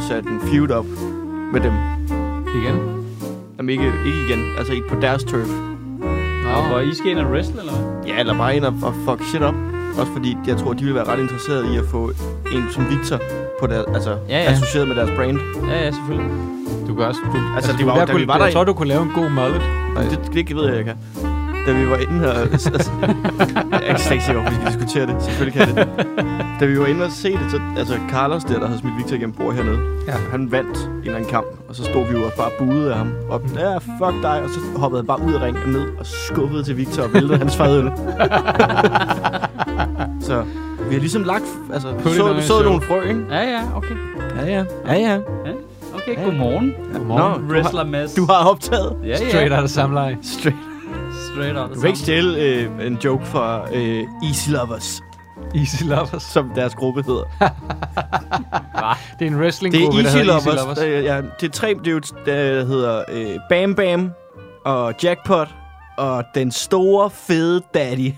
sat en feud op med dem. Igen? Jamen ikke igen, altså ikke på deres turf. Og hvor I skal ind og wrestle, eller hvad? Ja, eller bare ind og fuck shit op. Også fordi, jeg tror, de vil være ret interesserede i at få en som Victor på deres, altså associeret med deres brand. Ja, selvfølgelig. Du kan også... Altså, det var, da vi var der... Jeg tror, du kunne lave en god mullet. Det ved jeg kan. Da vi var inde og... altså, jeg er ikke sikker, om vi skal diskutere det. Selvfølgelig kan det. Da vi var inde og se det, så... Altså, Carlos der havde smidt Victor igennem bord hernede. Ja. Han vandt en eller anden kamp. Og så stod vi jo og bare buede af ham. Og ja, fuck dig. Og så hoppede han bare ud af ringen ned og skubbede til Victor og væltede hans fadøl. Så vi har ligesom lagt... Altså, så nogle frø, ikke? Ja, okay. Ja. Okay, godmorgen. Godmorgen. Wrestler Mads. Du har optaget. Ja. Straight out of samleje. Straight out of Du kan ikke stjæle en joke fra Easy Lovers. Easy Lovers. Som deres gruppe hedder. Det er en wrestlinggruppe, der hedder Easy Lovers. Det er 3 dudes, der hedder Bam Bam og Jackpot og den store fede daddy.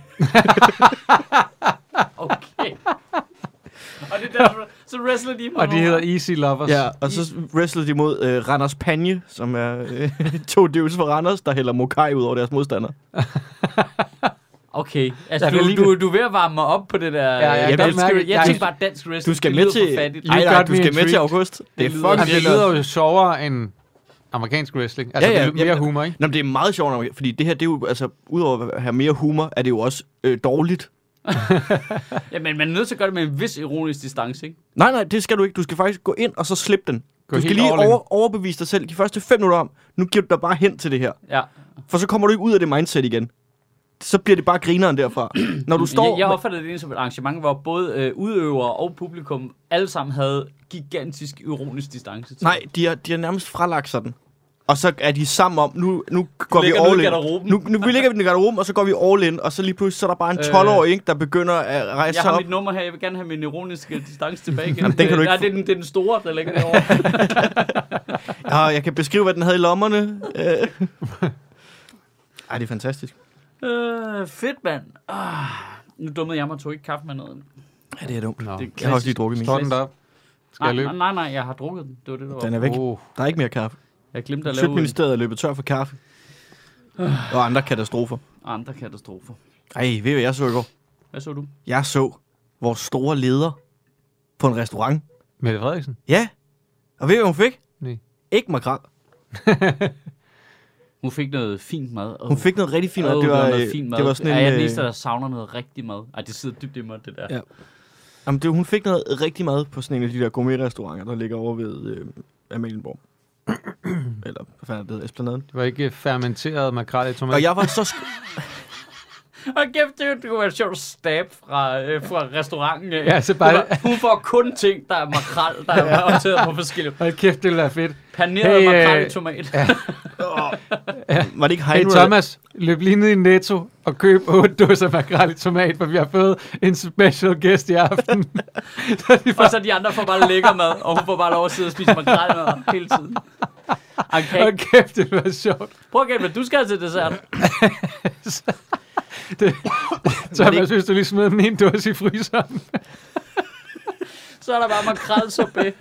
Okay. Og det der, så wrestler de og de hedder Easy Lovers. Ja, og så wrestler de mod Randers Panje, som er 2 dudes fra Randers, der hælder mokai ud over deres modstandere. Okay, altså du er ved at varme mig op på det der. Jeg tænker bare dansk wrestling. Du skal med til... Nej, du skal med til august. Det lyder jo sjovere end amerikansk wrestling. Altså, det er mere humor, ikke? Nå, men det er meget sjovt, fordi det her, det er jo, altså, udover at have mere humor, er det jo også dårligt. Ja, men man er nødt til at gøre det med en vis ironisk distance, ikke? Nej, det skal du ikke. Du skal faktisk gå ind og så slippe den. Du skal lige overbevise dig selv de første 5 minutter om, nu giver du dig bare hen til det her. Ja. For så kommer du ikke ud af det mindset igen. Så bliver det bare grineren derfra. Når du står... Jeg opfattede det som et arrangement, hvor både udøvere og publikum alle sammen havde gigantisk ironisk distance. Nej, de har nærmest fralagt sådan. Og så er de sammen om, nu går vi all in. Nu vi ligger vi i garderoben, og så går vi all in, og så lige pludselig så er der bare en 12-årig, ikke, der begynder at rejse sig op. Jeg har mit nummer her, jeg vil gerne have min ironiske distance tilbage igen. Jamen, den kan du ikke... Nej, det er den store, der ligger derovre. Ja, jeg kan beskrive, hvad den havde i lommerne. Ej, det er fantastisk. Fedt, mand. Nu dummede jeg mig, tog ikke kaffe med noget. Ja, det er dumt. Jeg har også lige drukket min. Står den derop? Skal jeg løbe? Nej, jeg har drukket den. Det var det, der var. Den er væk. Der er ikke mere kaffe. Jeg glemte at lave... Sjøtministeriet er løbet tør for kaffe. Og andre katastrofer. Ej, ved du, hvad jeg så i går? Hvad så du? Jeg så vores store leder på en restaurant. Mette Frederiksen? Ja. Og ved du, hvad hun fik? Nej. Ikke makrel. Hun fik noget fint mad. Hun fik noget rigtig fint mad. Det var noget fint mad. Det var sådan jeg er den eneste, der savner noget rigtig mad. Ej, det sidder dybt i mig, det der. Ja. Jamen, hun fik noget rigtig mad på sådan en af de der gourmet-restauranter, der ligger over ved Amalienborg. Eller, hvad fanden er det hedder? Esplanaden. Det var ikke fermenteret makrel i tomat. Og jeg var så... Og kæft, det kunne være sjovt stab fra restauranten. Ja, så bare... Hun får kun ting, der er makrel, der er optaget på forskellige... Hold kæft, det ville være fedt. Paneret makrel i tomat. Ja. Var det ikke Heino? Hey Thomas, løb lige ned i Netto og køb 8 dåser makrel i tomat, for vi har fået en special guest i aften. Og så de andre får bare lækker mad, og hun får bare lov at sidde og spise makrelmad hele tiden. Okay. Hold kæft, det var sjovt. Prøv at gætte, hvad du skal have til dessert. Thomas, jeg synes, du lige smed den ene dåse i fryseren. Så er der bare makrelsorbet.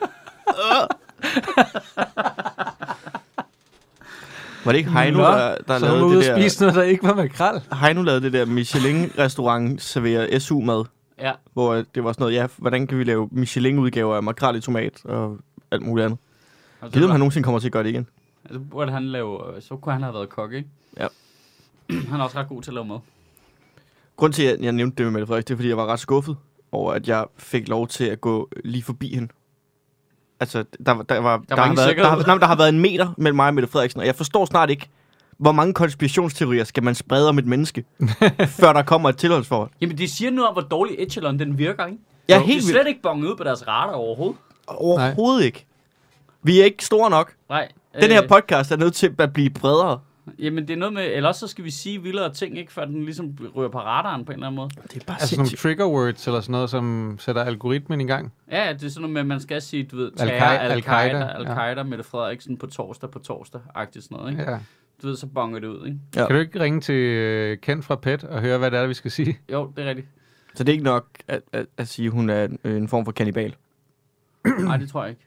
Var det ikke Heino, der lavede det der... spise noget, der ikke var makrel? Heino lavede det der Michelin-restaurant serverer SU-mad. Ja. Hvor det var sådan noget, ja, hvordan kan vi lave Michelin-udgaver af makrel i tomat og alt muligt andet. Altså, det ved, om han nogensinde kommer til at gøre det igen. Altså, burde han lave... Så kunne han have været kok, ikke? Ja. Han er også ret god til at lave mad. Grunden til, at jeg nævnte det med Mette Frederiksen, det er, fordi jeg var ret skuffet over, at jeg fik lov til at gå lige forbi hende. Altså, der har været en meter mellem mig og Mette Frederiksen, og jeg forstår snart ikke, hvor mange konspirationsteorier skal man sprede om et menneske, før der kommer et tilholdsforhold. Jamen, det siger noget om, hvor dårlig Echelon den virker, ikke? Ja, helt det er slet ikke bonget ud på deres radar overhovedet. Overhovedet ikke. Vi er ikke store nok. Nej. Den her podcast er nødt til at blive bredere. Jamen, det er noget med... Eller så skal vi sige vildere ting, ikke? Før den ligesom rører på radaren på en eller anden måde. Det er bare altså nogle trigger words, eller sådan noget, som sætter algoritmen i gang. Ja, det er sådan noget med, at man skal sige, du ved, Al-Qaida, Mette Frederiksen på torsdag-agtigt sådan noget, ikke? Ja. Du ved, så bonger det ud, ikke? Ja. Kan du ikke ringe til Kent fra PET og høre, hvad det er, vi skal sige? Jo, det er rigtigt. Så det er ikke nok at sige, at hun er en form for kannibal? Nej, det tror jeg ikke.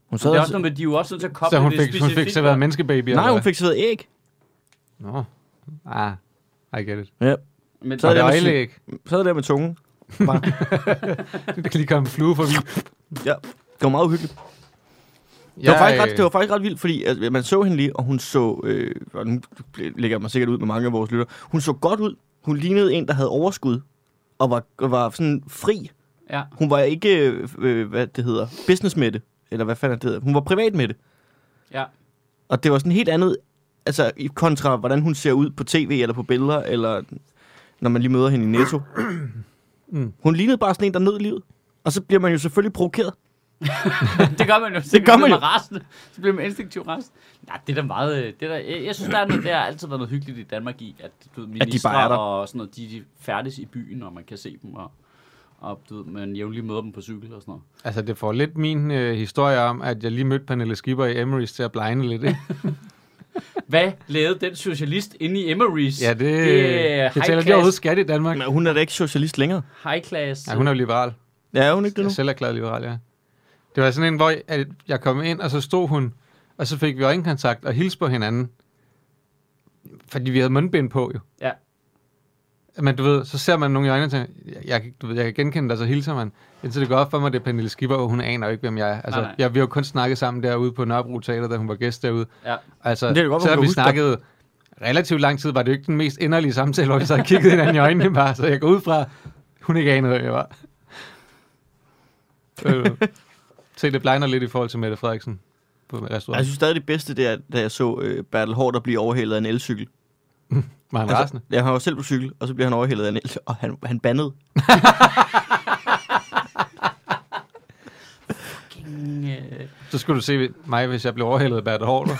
Det er også noget med, de er jo også nødt til at koble det specifikt. Så hun fik serveret menneskebaby? Nej, hun fik serveret æg. Nå. I get it. Ja. Men så er det æg. Så er det der med tungen. Det kan lige komme en flue forbi. Ja, det var meget uhyggeligt. Det var faktisk ret vildt, fordi altså, man så hende lige, og hun så, og nu lægger mig sikkert ud med mange af vores lytter, hun så godt ud. Hun lignede en, der havde overskud, og var sådan fri. Ja. Hun var ikke, hvad det hedder, business med det, eller hvad fanden det hedder. Hun var privat med det. Ja. Og det var sådan helt andet, altså kontra, hvordan hun ser ud på tv, eller på billeder, eller når man lige møder hende i Netto. Hun lignede bare sådan en, der nød livet. Og så bliver man jo selvfølgelig provokeret. Det gør man jo. Det gør man jo. Rasende. Så bliver man instinktivt rasende. Nej, det er da meget... jeg synes, der har altid været noget hyggeligt i Danmark i, at ministre og sådan noget, de færdes i byen, og man kan se dem, og man jævnligt møder dem på cykel og sådan noget. Altså, det får lidt min historie om, at jeg lige mødte Pernille Skipper i Emery's til at blinde lidt, ikke? Hvad lavede den socialist inde i Emery's? Ja, det tæller de overhovedet skat i Danmark. Men hun er da ikke socialist længere. High class. Ja, hun er jo liberal. Ja, er hun ikke det nu? Jeg selv erklæret liberal, ja. Det var sådan en, hvor jeg kom ind, og så stod hun, og så fik vi øjenkontakt og hilste på hinanden. Fordi vi havde mundbind på, jo. Ja. Men du ved, så ser man nogle i øjnene og tænker, jeg kan genkende dig, så hilser man. Indtil det går op for mig, det er Pernille Skipper, og hun aner jo ikke, hvem jeg er. Altså, vi har jo kun snakket sammen derude på Nørrebro Teater, da hun var gæst derude. Ja. Altså, så har vi snakket relativt lang tid, var det jo ikke den mest inderlige samtale, hvor vi så havde kigget hinanden i øjnene bare, så jeg går ud fra, hun ikke anede, hvem jeg var. Se, det blinder lidt i forhold til Mette Frederiksen på restaurant. Jeg synes stadig det bedste, det er, da jeg så Bertel Haarder blive overhældet af en elcykel. Var han rasende? Ja, han var selv på cykel, og så bliver han overhældet af en elcykel, og han bandede. Så skulle du se mig, hvis jeg blev overhældet af Bertel Haarder.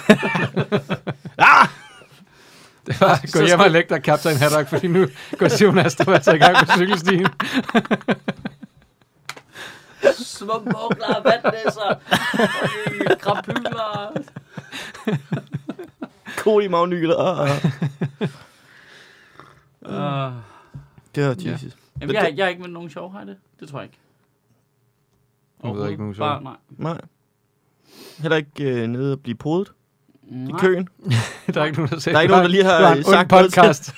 Det var, gå hjem og læg dig Kaptajn Haddock, fordi nu går Jonas der var i gang på cykelstien. Små mokler, vandlæsser, krapyler. Kode i magnykler. Det var Jesus. Jamen, jeg har ikke med nogen sjov, har det? Det tror jeg ikke. Jeg ved ikke nogen sjov. Nej. Heller ikke nede at blive podet i køen. Der er ikke nogen, der siger. Der er ikke nogen, der lige har sagt podcast.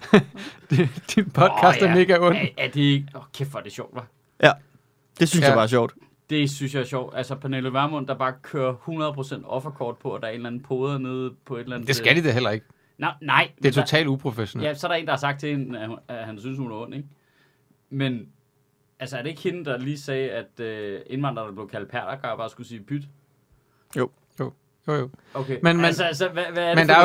Din podcast er mega ond. Er det ikke? Kæft, hvor er det sjovt, hva'? Ja, det synes jeg var sjovt. Det synes jeg er sjovt. Altså, Pernille Vermund, der bare kører 100% offerkort på, og der er en eller anden poder nede på et eller andet... Det skal de da heller ikke. Nej. Det er totalt uprofessionelt. Ja, så er der en, der har sagt til hende, at han synes, hun er ond, ikke? Men, altså, er det ikke hende, der lige sagde, at indvandrere, der blev kaldt perler, bare skulle sige pyt? Jo. Okay, men hvad er det men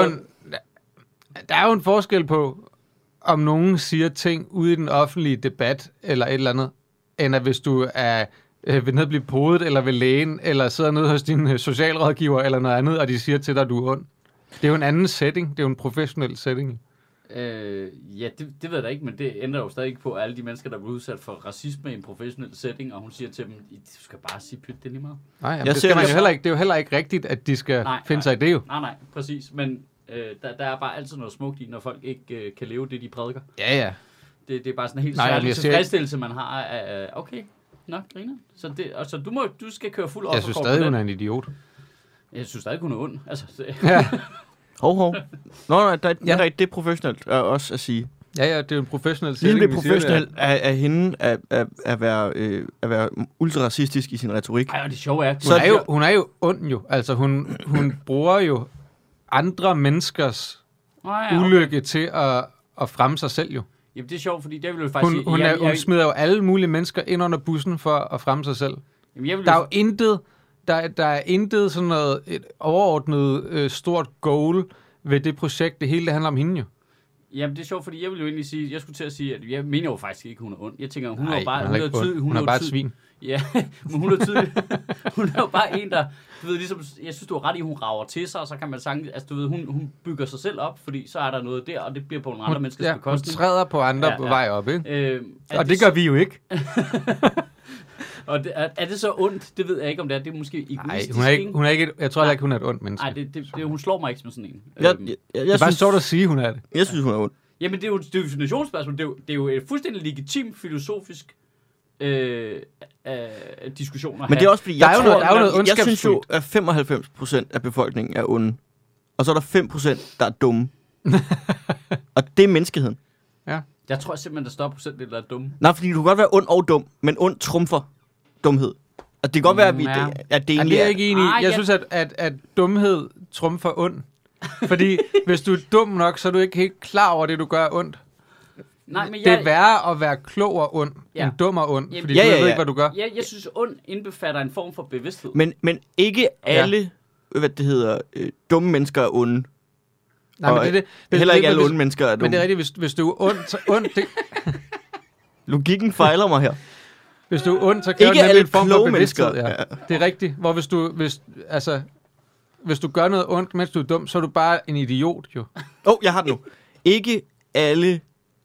der er jo en forskel på, om nogen siger ting ude i den offentlige debat, eller et eller andet, end at hvis du er ved ned at blive podet, eller ved lægen, eller sidder nede hos din socialrådgiver, eller noget andet, og de siger til dig, at du er ond. Det er jo en anden setting. Det er jo en professionel setting. Ja, det ved jeg da ikke, men det ændrer jo stadig ikke på alle de mennesker, der bliver udsat for racisme i en professionel setting, og hun siger til dem, du skal bare sige pyt, det er lige meget. Nej, jamen, det skal man jo heller ikke. Det er jo heller ikke rigtigt, at de skal finde sig i det jo. Nej, præcis. Men der er bare altid noget smukt i, når folk ikke kan leve det, de prædiker. Ja. Det er bare sådan en helt særlig tilfredsstillelse, man har af, okay, nok, griner. Så du skal køre fuld offerkort. Jeg synes stadig, hun er en idiot. Jeg synes stadig, hun er ond. Altså, ja. Hov. Nå, det er professionelt også at sige. Ja, det er jo en professionel setting. Det er professionelt af hende at være ultraracistisk i sin retorik. Ej, og det sjove er... Hun er jo ond jo. Altså, hun bruger jo andre menneskers ulykke til at fremme sig selv jo. Jamen, det er sjovt, fordi det vil jo faktisk sige... Hun smider jo alle mulige mennesker ind under bussen for at fremme sig selv. Jamen, der er jo intet... Der er intet sådan noget et overordnet stort goal ved det projekt. Det hele det handler om hende jo. Jamen det er sjovt, fordi jeg vil jo egentlig sige, jeg skulle til at sige, at jeg mener jo faktisk ikke, hun er ond. Jeg tænker, hun er bare et svin. Ja, men hun er tydelig. Hun er jo bare en, der, du ved, ligesom, jeg synes, du er ret i, hun rager til sig, og så kan man sige, altså du ved, hun bygger sig selv op, fordi så er der noget der, og det bliver på nogle andre menneskers bekostning. Hun træder på andre på vej op, ikke? Og det gør vi jo ikke. Og er det så ondt? Det ved jeg ikke, om det er. Det er måske egoistisk. Nej, hun er ikke jeg tror ikke, hun er et ondt menneske. Nej, hun slår mig ikke som sådan en. Det er bare sjovt at sige, hun er det. Jeg synes, hun er ondt. Jamen, det er jo et definitionsspørgsmål. Det er jo et fuldstændig legitim filosofisk diskussioner. Men det er også fordi, jeg synes jo, at 95% af befolkningen er onde. Og så er der 5%, der er dumme. Og det er menneskeheden. Ja. Jeg tror simpelthen, der står procentdel, der er dumme. Nej, fordi du kan godt være ond og dum, men ond trumfer dumhed. Og det kan godt være, at det egentlig er ikke enig i. Jeg synes, at dumhed trumfer ond. Fordi hvis du er dum nok, så er du ikke helt klar over det, du gør ondt. Nej, men det er værre at være klog og ond, end dum og ond, fordi du ved ikke, hvad du gør. Jeg synes, ond indbefatter en form for bevidsthed. Men ikke alle, dumme mennesker er onde. Nej, men det heller ikke alle onde mennesker er dumme. Men det er rigtigt, hvis du er ond, så ond... Logikken fejler mig her. Hvis du er ond, så kræver det nemlig en form for bevidsthed. Ja. Det er rigtigt. Hvor hvis du gør noget ondt, mens du er dum, så er du bare en idiot, jo. Jeg har det nu. Ikke alle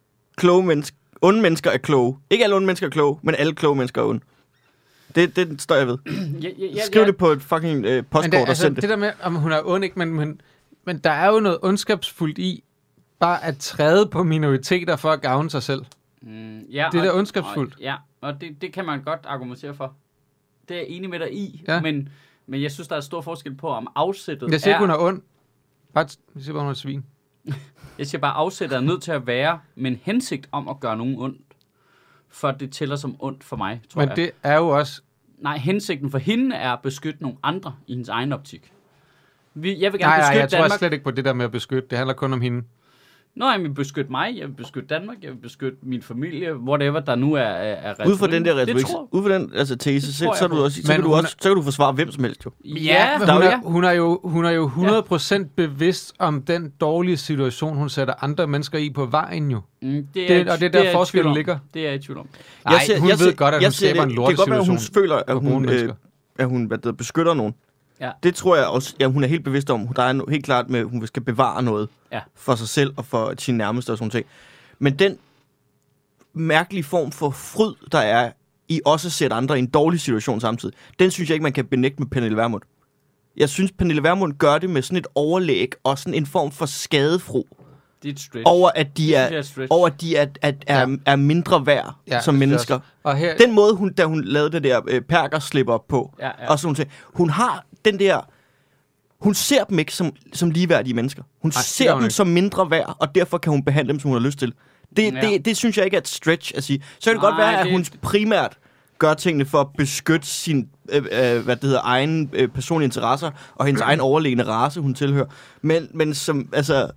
onde mennesker er kloge. Ikke alle onde mennesker er kloge, men alle kloge mennesker er onde. Det står jeg ved. Skriv det på et fucking postkort og send det. Det der med, om hun er ond, ikke, men der er jo noget ondskabsfuldt i bare at træde på minoriteter for at gavne sig selv. Det er da ondskabsfuldt. Og det kan man godt argumentere for. Det er jeg enig med dig i, men jeg synes, der er stor forskel på, om afsættet jeg siger ikke, hun er ond. Jeg siger bare, hun er svin. Jeg siger bare, afsættet er nødt til at være med en hensigt om at gøre nogen ondt. For det tæller som ondt for mig, tror jeg. Men det er jo også... Nej, hensigten for hende er at beskytte nogle andre i hendes egen optik. Jeg vil gerne beskytte Danmark. Jeg tror slet ikke på det der med at beskytte. Det handler kun om hende. Nå, jeg vil beskytte mig, jeg vil beskytte Danmark, jeg vil beskytte min familie, whatever der nu er retorik. Ud fra den der retorik, ud fra den tese, så kan du forsvare hvem som helst jo. Ja, hun er jo 100% bevidst om den dårlige situation, hun sætter andre mennesker i på vejen jo. Det er der forskellen ligger. Det er jeg i tvivl om. Nej, hun ved godt, at hun skaber en lortesituation. Det kan godt være, at hun føler, at hun beskytter nogen. Ja. Det tror jeg også, hun er helt bevidst om. Der er helt klart med, at hun skal bevare noget for sig selv og for sine nærmeste og sådan ting. Men den mærkelige form for fryd, der er i også at sætte andre i en dårlig situation samtidig, den synes jeg ikke, man kan benægte med Pernille Vermund. Jeg synes, Pernille Vermund gør det med sådan et overlæg og sådan en form for skadefro. Det er et stretch. Over at de er mindre værd som mennesker. Og her... Den måde, da hun lavede det der perkerslipper på, og sådan ting, hun har den der... Hun ser dem ikke som ligeværdige mennesker. Hun ser dem som mindre værd, og derfor kan hun behandle dem, som hun har lyst til. Det synes jeg ikke er et stretch at sige. Så kan det godt være, at hun primært gør tingene for at beskytte sin egen personlige interesser og hendes egen overlegne race, hun tilhører. Men som, altså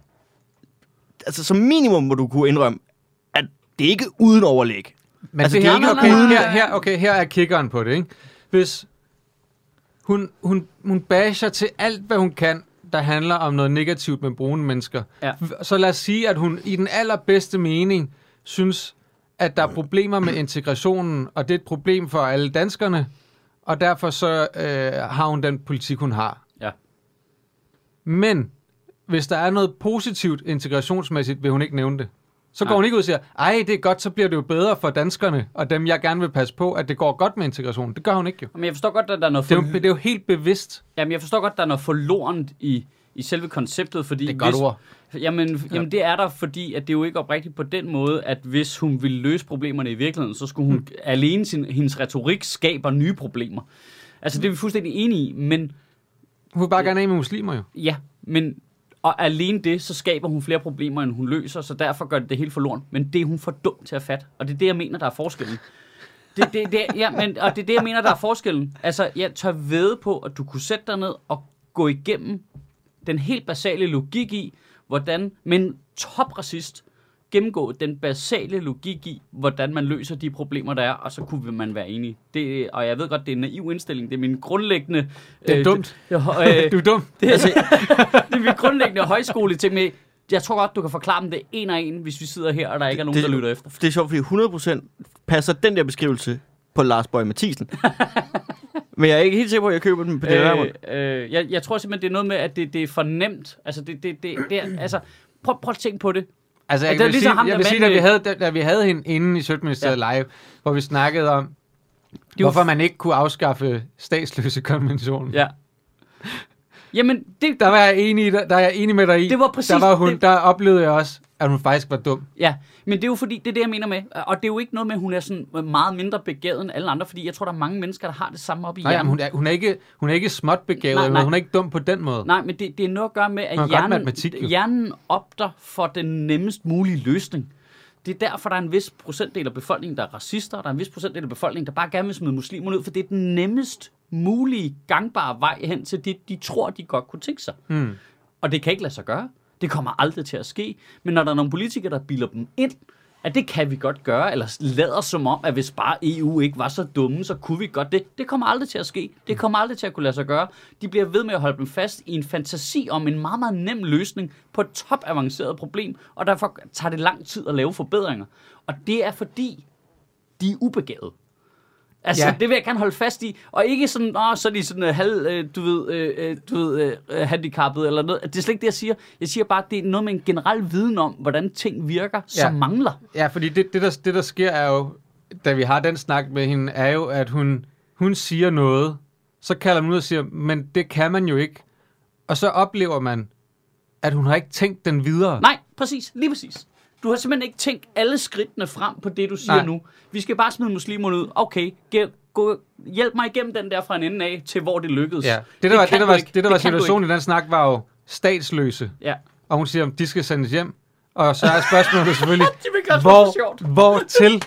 som minimum må du kunne indrømme, at det ikke er uden overlæg. Men altså, det er ikke her er kickeren på det, ikke? Hvis hun basher til alt, hvad hun kan, der handler om noget negativt med brune mennesker. Ja. Så lad os sige, at hun i den allerbedste mening synes, at der er problemer med integrationen, og det er et problem for alle danskerne, og derfor så har hun den politik, hun har. Ja. Men hvis der er noget positivt integrationsmæssigt, vil hun ikke nævne det. Så går hun ikke ud og siger, ej, det er godt, så bliver det jo bedre for danskerne, og dem, jeg gerne vil passe på, at det går godt med integrationen. Det gør hun ikke jo. Men jeg forstår godt, at der er noget... Det er jo helt bevidst. Jamen, jeg forstår godt, at der er noget forlorent i selve konceptet, fordi... Det er godt ord. Jamen, det er der, fordi at det er jo ikke oprigtigt på den måde, at hvis hun ville løse problemerne i virkeligheden, så skulle hun alene hendes retorik skaber nye problemer. Altså, det er vi fuldstændig enige i, men... Hun vil bare gerne af med muslimer jo. Ja, men... Og alene det, så skaber hun flere problemer, end hun løser, så derfor gør det helt forloren. Men det er hun for dum til at fatte, og det er det, jeg mener, der er forskellen. Og det er det, jeg mener, der er forskellen. Altså, jeg tør vædde på, at du kunne sætte dig ned og gå igennem den helt basale logik i, hvordan, men topracist, gennemgå den basale logik i, hvordan man løser de problemer, der er, og så kunne man være enige. Og jeg ved godt, det er en naiv indstilling. Det er min grundlæggende... Det er dumt. Du er dum. Det er min grundlæggende højskole ting med... Jeg tror godt, du kan forklare dem det en og en, hvis vi sidder her, og der ikke er nogen, der lytter efter. Det er sjovt, fordi 100% passer den der beskrivelse på Lars Boje Mathiesen. Men jeg er ikke helt sikker på, at jeg køber den på det her. Jeg tror simpelthen, det er noget med, at det er for nemt. Altså, det er, altså prøv at tænke på det. Altså, jeg vil sige, da vi havde hende inde i Sjøtministeriet live, hvor vi snakkede om, hvorfor man ikke kunne afskaffe statsløsekonventionen. Ja. Jamen, der var jeg enig med dig i. Det var præcis der oplevede jeg også, at hun faktisk var dum. Ja, men det er jo fordi, det er det, jeg mener med. Og det er jo ikke noget med, at hun er sådan meget mindre begavet end alle andre, fordi jeg tror, der er mange mennesker, der har det samme op i hjernen. Nej, hun er ikke småt begavet, men hun er ikke dum på den måde. Nej, men det er noget at gøre med, at hjernen opter for den nemmest mulige løsning. Det er derfor, der er en vis procentdel af befolkningen, der er racister, og der er en vis procentdel af befolkningen, der bare gerne vil smide muslimer ud, for det er den nemmest mulige gangbare vej hen til det, de tror, de godt kunne tænke sig. Og det kan ikke lade sig gøre. Det kommer aldrig til at ske. Men når der er nogle politikere, der bilder dem ind, at det kan vi godt gøre, eller lader som om, at hvis bare EU ikke var så dumme, så kunne vi godt det. Det kommer aldrig til at ske. Det kommer aldrig til at kunne lade sig gøre. De bliver ved med at holde dem fast i en fantasi om en meget, meget nem løsning på et topavanceret problem, og derfor tager det lang tid at lave forbedringer. Og det er fordi, de er ubegavede. Altså, det vil jeg gerne holde fast i. Og ikke sådan, så er de sådan handicappet eller noget. Det er slet ikke det, jeg siger. Jeg siger bare, at det er noget med en generel viden om, hvordan ting virker, som mangler. Ja, fordi det der sker er jo, da vi har den snak med hende, er jo, at hun siger noget, så kalder man ud og siger, men det kan man jo ikke. Og så oplever man, at hun har ikke tænkt den videre. Nej, præcis. Lige præcis. Du har simpelthen ikke tænkt alle skridtene frem på det, du siger nu. Vi skal bare smide muslimerne ud. Okay, hjælp mig igennem den der fra en ende af, til hvor det lykkedes. Ja. Det der var situationen i den snak, var jo statsløse. Ja. Og hun siger, at de skal sendes hjem. Og så er spørgsmålet selvfølgelig, hvor til?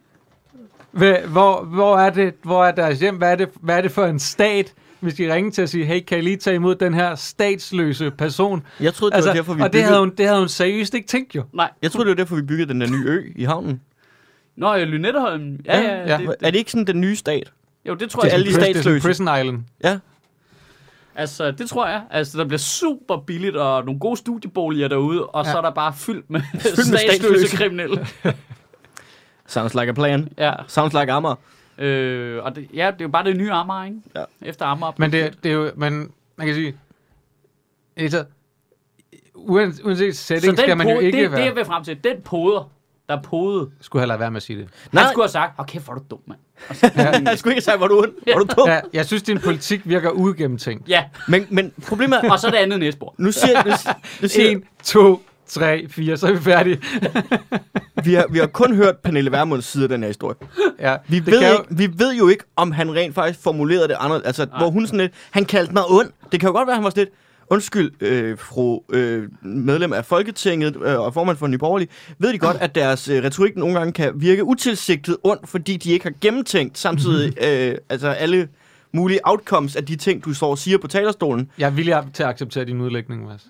Hvor er deres hjem? Hvad er det for en stat? Hvis de ringer til at sige, hey, kan I lige tage imod den her statsløse person? Jeg troede, det var derfor, vi byggede... Og det havde hun seriøst ikke tænkt jo. Nej. Jeg troede, det var derfor, vi byggede den der nye ø i havnen. Nå, Lynetteholm. Ja. Er det ikke sådan den nye stat? Jo, det tror jeg. Alle de statsløse. Prison Island. Ja. Altså, det tror jeg. Altså, der bliver super billigt og nogle gode studieboliger derude, og så er der bare fyldt med statsløse kriminelle. Sounds like a plan. Ja. Sounds like Amager. Og det er jo bare det nye Amager, ikke? Ja. Efter Amager. Men det er jo, man kan sige, altså, uanset setting skal man jo ikke være... Det jeg vil frem til, den poder, der podede... Skulle have ladet være med at sige det. Han skulle have sagt, okay, hvor er du dum, mand. Han skulle ikke have sagt, hvor du dum. Ja, jeg synes, din politik virker uigennemtænkt. Ja. Men problemet er... Og så er det andet næstbord. Nu siger 1, 2, 3, 4, så er vi færdige. vi har kun hørt Pernille Vermunds side af den her historie. Ja, vi ved jo ikke, om han rent faktisk formulerede det anderledes. Altså, hvor hun sådan lidt... Han kaldte mig ond. Det kan jo godt være, han var sådan lidt... Undskyld, fru medlem af Folketinget og formand for Nye Borgerlige, ved de godt, at deres retorik nogle gange kan virke utilsigtet ond, fordi de ikke har gennemtænkt samtidig altså alle mulige outcomes af de ting, du står og siger på talerstolen. Jeg er villig til at acceptere din udlægning, Mads.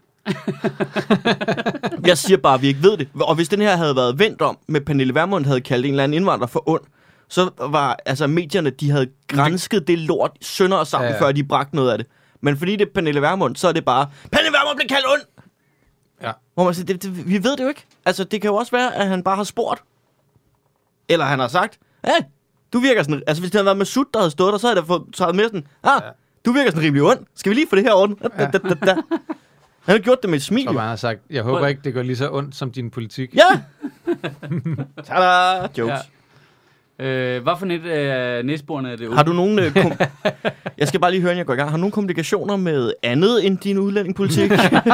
Jeg siger bare, at vi ikke ved det. Og hvis den her havde været vendt om, med Pernille Vermund havde kaldt en eller anden indvandrer for ond, så var altså medierne, de havde gransket det lort sønder og sammen, før de bragte noget af det. Men fordi det er Pernille Vermund, så er det bare, Pernille Vermund blev kaldt ond! Ja. Hvor man siger, vi ved det jo ikke. Altså, det kan jo også være, at han bare har spurgt. Eller han har sagt, hey, du virker sådan... Altså, hvis det havde været Masud, der havde stået der, så havde jeg fået taget med sådan, du virker sådan rimelig ond. Skal vi lige få det her orden? Ja. Han har gjort det med et smil. Som han har sagt, jeg håber ikke, det går lige så ondt som din politik. Ja! Tada! Jokes. Ja. Hvad for net næstbordene er det? Har du nogen... Jeg skal bare lige høre, inden jeg går i gang. Har du nogle kommunikationer med andet end din udlændingepolitik?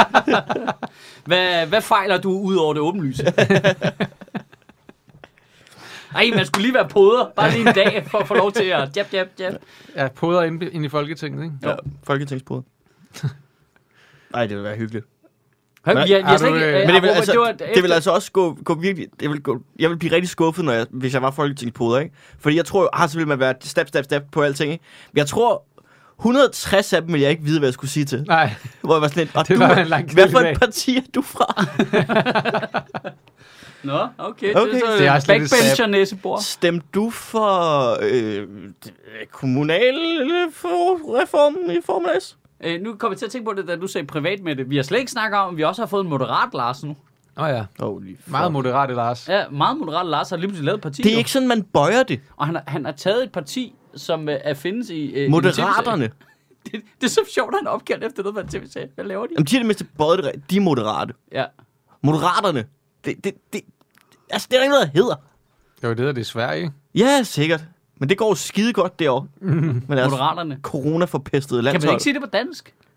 Hvad fejler du ud over det åbenlyse? Ej, man skulle lige være poder. Bare lige en dag for at få lov til at jab. Ja, poder ind i Folketinget, ikke? Ja, folketingspoder. Nej, det vil være hyggeligt. Men det vil altså også gå virkelig... Jeg vil blive rigtig skuffet, hvis jeg var folketingspoder, ikke? Fordi jeg tror, så vil man være step på alting, ikke? Men jeg tror, 160 af dem vil jeg ikke vide, hvad jeg skulle sige til. Nej. Hvor jeg var sådan lidt, det var en lang hvad for et parti er du fra? Nå, okay. Det er så backbencher næsebord. Stemte du for kommunal reformen i Formel S? Nu kommer jeg til at tænke på det, da du sagde privat med det. Vi har slet ikke snakket om, at vi også har fået en moderat Lars nu. Ja. Meget moderat Lars. Ja, meget moderat Lars har lige pludselig lavet et parti. Det er ikke sådan, man bøjer det. Og han har taget et parti, som findes i... Moderaterne. Det er så sjovt, at han opkaldt efter noget, hvad tv-serie. Hvad laver de? Jamen, de er det mindste bøjet det. De er moderate. Ja. Moderaterne. Altså, det er ikke noget, der hedder. Jo, det hedder det i Sverige. Ja, sikkert. Men det går jo skide godt derovre. Men Moderaterne. Corona-forpestede landshold. Kan man ikke sige det på dansk?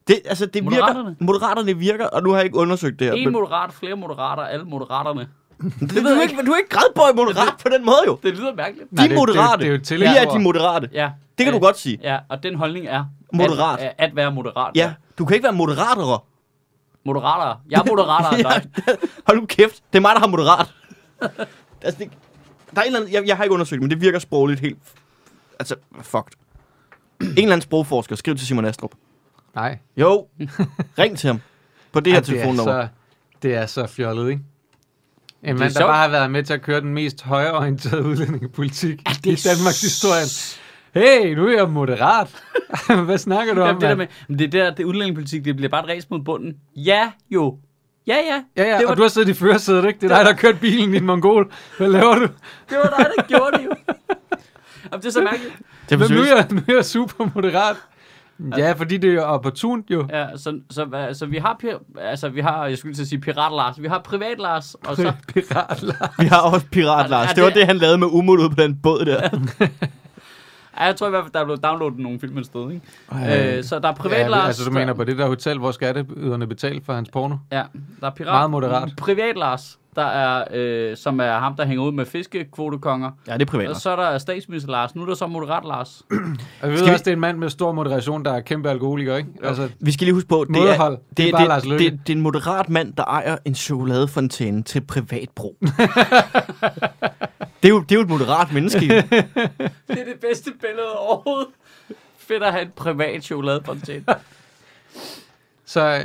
Det virker. Moderaterne virker, og nu har jeg ikke undersøgt det her. En moderat, flere moderater, alle moderaterne. Du er ikke gradbøj moderat på den måde, jo. Det lyder mærkeligt. De er moderate. Det er vi er de moderate. Ja. Det kan du godt sige. Ja, og den holdning er moderat. At være moderat. Ja, du kan ikke være moderatere. Moderater. Jeg er moderater. Ja, hold nu kæft. Det er mig, der har moderat. Altså, der er en eller anden, jeg har ikke undersøgt, men det virker sprogligt helt... Altså, fucked. En eller anden sprogforsker, skriv til Simon Astrup. Nej. Jo, ring til ham. På det her telefonnummer. Det er så fjollet, ikke? En mand, der bare har været med til at køre den mest højreorienterede udlændingepolitik i Danmarks historie. Hey, nu er jeg moderat. Hvad snakker du om, det udlændingepolitik, det bliver bare et race mod bunden. Ja, jo. Ja. Det var og du har siddet i førersædet, ikke? Det er dig, der har kørt bilen i en mongol. Hvad laver du? Det var dig, der gjorde det jo. Jamen, det er så mærkeligt. Nu er jeg super moderat. Ja, fordi det er jo opportunt jo. Ja, så vi har, jeg skulle til at sige Pirat Lars. Vi har Privat Lars. Og så Pirat Lars. Vi har også Pirat Lars. Det var det, han lavede med Umut ude på den båd der. Ja, jeg tror i hvert fald, der er blevet downloadet nogle film et sted, ikke? Så der er Privat Lars. Altså, du mener på det der hotel, hvor skatteyderne betaler for hans porno? Ja, der er Pirat. Meget moderat. Privat Lars, der er, som er ham, der hænger ud med fiskekvotekonger. Ja, det er Privat Lars. Og så er der statsminister Lars. Nu er der så Moderat Lars. Og vi ved også, det er en mand med stor moderation, der er kæmpe alkoholiker, ikke? Altså, vi skal lige huske på, det er en moderat mand, der ejer en chokoladefontæne til privat brug. Det er jo et moderat menneske. Det er det bedste billede overhovedet. Fedt at have en privat chokoladefontæne. Så...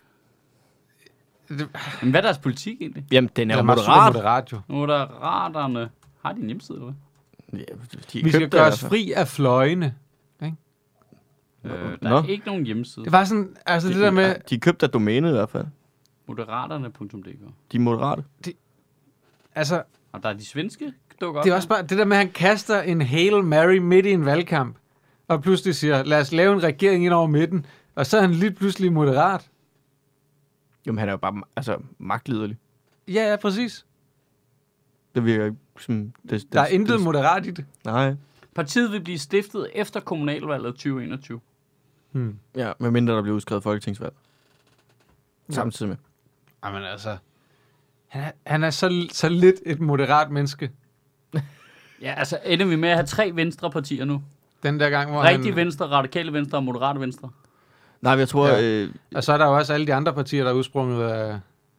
Men hvad er deres politik egentlig? Jamen, den er jo moderat jo. Moderaterne har de en hjemmeside, eller hvad? Ja, vi skal gøre os fri af fløjene. Ikke? Der er ikke nogen hjemmeside. Det var sådan, altså det der med... De købte af domænet i hvert fald. Moderaterne.dk. De er moderate. Altså... Og der er de svenske dukker op. Det er også bare det der med, at han kaster en Hail Mary midt i en valgkamp, og pludselig siger, lad os lave en regering ind over midten, og så er han lige pludselig moderat. Jamen, han er jo bare magtliderlig. Ja, præcis. Det virker ikke som... Der er intet moderat i det. Nej. Partiet vil blive stiftet efter kommunalvalget 2021. Ja, medmindre der bliver udskrevet folketingsvalg. Samtidig med. Jamen altså... Han er så lidt et moderat menneske. Ja, altså ender vi med at have 3 venstre partier nu. Den der gang, hvor Rigtig venstre, radikale venstre og moderate venstre. Nej, jeg tror... Og så er der jo også alle de andre partier, der er udsprunget af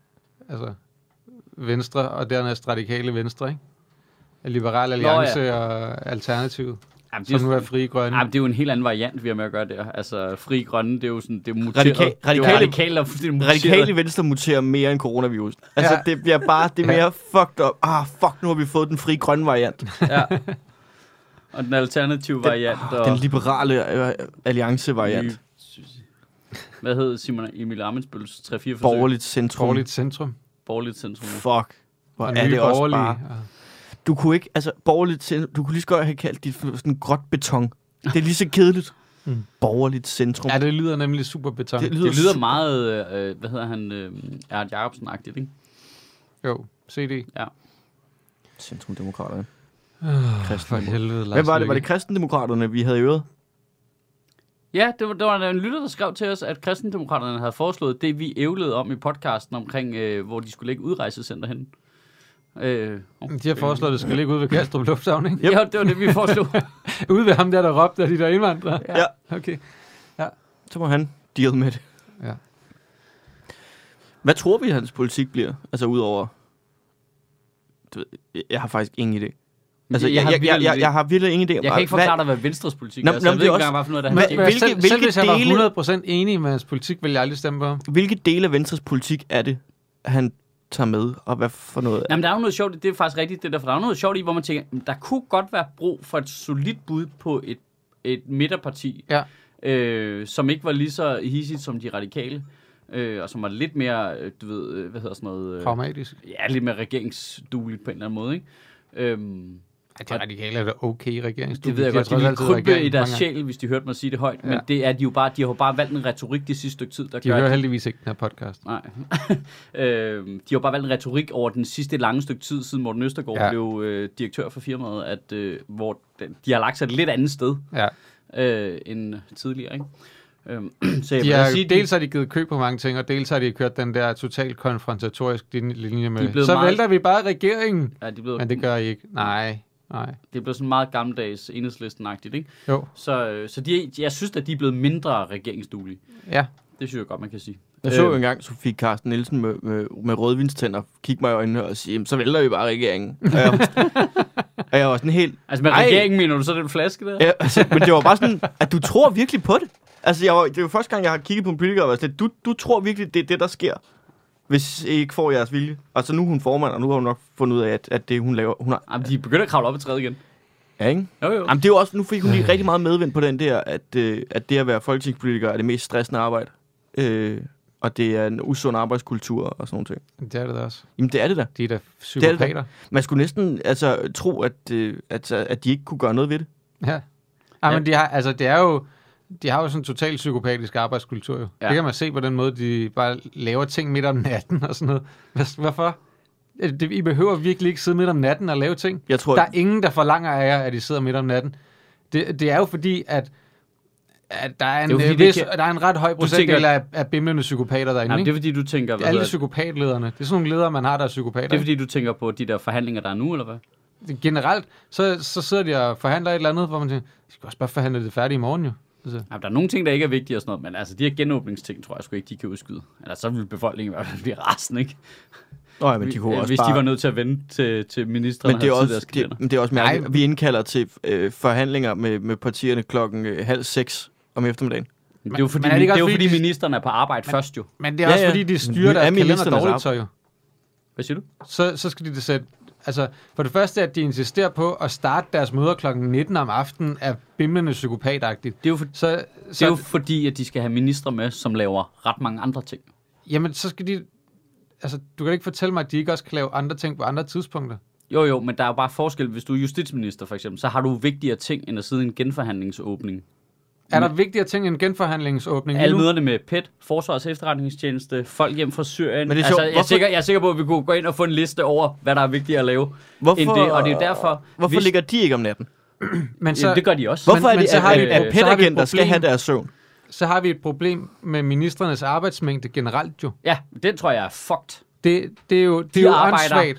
venstre, og dernæst radikale venstre, ikke? Liberal Alliance og Alternativet. Jamen, som nu er Frie Grønne. Jamen, det er jo en helt anden variant, vi har med at gøre der. Altså, Frie Grønne, det er jo sådan, det er muteret. Radikale venstre muterer mere end coronavirus. Altså, det bliver bare, det er mere fucked up. Fuck, nu har vi fået den Frie Grønne variant. Ja. Og den alternative variant. Den liberale alliance variant. Hvad hed Simon Emil Ammitzbølls 3-4 forsøg? Borgerligt centrum. Borgerligt centrum. Fuck. Hvor er det også bare... Du kunne ikke, borgerligt, du kunne lige så godt have kaldt dit sådan gråt beton. Det er lige så kedeligt. Borgerligt centrum. Ja, det lyder nemlig super beton. Det lyder meget, hvad hedder han, Erhard Jacobsen-agtigt, ikke? Jo, CD. Ja. Centrumdemokraterne. For helvede, Lars. Hvad var det? Var det kristendemokraterne, vi havde i øret? Ja, det var en lytter, der skrev til os, at kristendemokraterne havde foreslået det, vi ævlede om i podcasten omkring, hvor de skulle lægge udrejsecenter hen. De har foreslået, at det skal ligge ude ved Kastrup Lufthavn, ikke? Yep. Ja, det var det, vi foreslog. Ude ved ham der råbte af de der indvandrere? Ja. Okay. Ja. Så må han deal med det. Ja. Hvad tror vi, hans politik bliver? Altså udover... Jeg har faktisk ingen idé. Altså, jeg har virkelig ingen idé. Jeg kan ikke forklare dig, hvad Venstres politik er. Jeg ved ikke engang, hvad for noget, der er. Selv hvis jeg var 100% enig med hans politik, ville jeg aldrig stemme på ham. Hvilke dele af Venstres politik er det, han tager med, og hvad for noget? Jamen, der er jo noget sjovt, det er faktisk rigtigt det der, for der er noget sjovt i, hvor man tænker, der kunne godt være brug for et solidt bud på et midterparti, som ikke var lige så hissigt som de radikale, og som var lidt mere, du ved, hvad hedder sådan noget? Pragmatisk. Ja, lidt mere regeringsdueligt på en eller anden måde, ikke? De radikale er da okay regeringsdueligt. Det ved jeg godt, de vil krybbe i deres sjæl, hvis de hørte mig sige det højt, men det er de jo bare, de har jo bare valgt en retorik det sidste stykke tid, der de hører heldigvis ikke den her podcast. Nej. De har bare valgt en retorik over den sidste lange stykke tid, siden Morten Østergaard blev direktør for firmaet, hvor de har lagt sig et lidt andet sted end tidligere, ikke? Dels har de givet køb på mange ting, og dels har de kørt den der totalt konfrontatorisk linje med, så vælter vi bare regeringen. Ja, men det gør I ikke. Nej. Det er blevet sådan meget gammeldags Enhedslisten-agtigt, ikke? Jo. Så jeg synes, at de er blevet mindre regeringsduelige. Ja. Det synes jeg godt, man kan sige. Jeg så jo engang Sofie Carsten Nielsen med rødvinstænder kigge mig i øjnene og sige, så vælter vi bare regeringen. Og jeg var sådan helt... Altså med regeringen mener du så den flaske der? Ja, altså, men det var bare sådan, at du tror virkelig på det. Altså, det er jo første gang, jeg har kigget på en politiker, og sådan, du tror virkelig, det er det, der sker, hvis I ikke får jeres vilje. Altså, nu er hun formand, og nu har hun nok fundet ud af, at det, hun laver... Jamen, de begynder at kravle op i træet igen. Ja, ikke? Jo. Jamen, det er jo også... Nu fik hun lige rigtig meget medvind på den der, at det at være folketingspolitiker er det mest stressende arbejde. Og det er en usund arbejdskultur og sådan noget ting. Det er det da også. Jamen, det er det da. De er da psykopater. Man skulle næsten tro, at de ikke kunne gøre noget ved det. Ja. Men de har jo sådan en totalt psykopatisk arbejdskultur jo. Ja. Det kan man se på den måde, de bare laver ting midt om natten og sådan noget. Hvorfor? I behøver virkelig ikke sidde midt om natten og lave ting. Der er ingen, der forlanger af jer, at I sidder midt om natten. Det er jo fordi, at der er en ret høj procentdel af bimlende psykopater derinde. Jamen, det er fordi, du tænker... Alle psykopatlederne. Det er sådan nogle ledere, man har, der er psykopater. Det er fordi, du tænker på de der forhandlinger, der er nu, eller hvad? Generelt, så sidder de og forhandler et eller andet, hvor man tænker, de skal også bare forhandle det færdigt i morgen jo. Jamen, der er nogle ting, der ikke er vigtige og sådan noget, men altså, de her genåbningsting, tror jeg sgu ikke, de kan udskyde. Eller så vil befolkningen i hvert fald blive rasende, ikke? Nå, men de kunne også hvis de var nødt til at vente til ministeren. Men det er også mærkeligt. Vi indkalder til forhandlinger med partierne 5:30 om eftermiddagen. Det er jo fordi, ministeren er på arbejde først jo. Men det er også fordi, de styrer deres kalender dårligt så jo. Hvad siger du? Så skal de det sætte... Altså, for det første, at de insisterer på at starte deres møder kl. 19 om aftenen, er bimlende psykopatagtigt. Det er jo fordi, at de skal have ministre med, som laver ret mange andre ting. Jamen, så skal de... Altså, du kan ikke fortælle mig, at de ikke også kan lave andre ting på andre tidspunkter. Jo, men der er jo bare forskel. Hvis du er justitsminister, for eksempel, så har du vigtigere ting, end at sidde i en genforhandlingsåbning. Er der vigtigere ting end en genforhandlingsåbning? Alle møderne med PET, Forsvarets Efterretningstjeneste, folk hjem fra Syrien. Men det er jeg er sikker på, at vi kunne gå ind og få en liste over, hvad der er vigtigere at lave end det. Og det er derfor... Hvorfor ligger de ikke om natten? Men så, det gør de også. Hvorfor er det, at PET-agenter skal have deres søvn? Så har vi et problem med ministrenes arbejdsmængde generelt jo. Ja, den tror jeg er fucked. Det er jo arbejder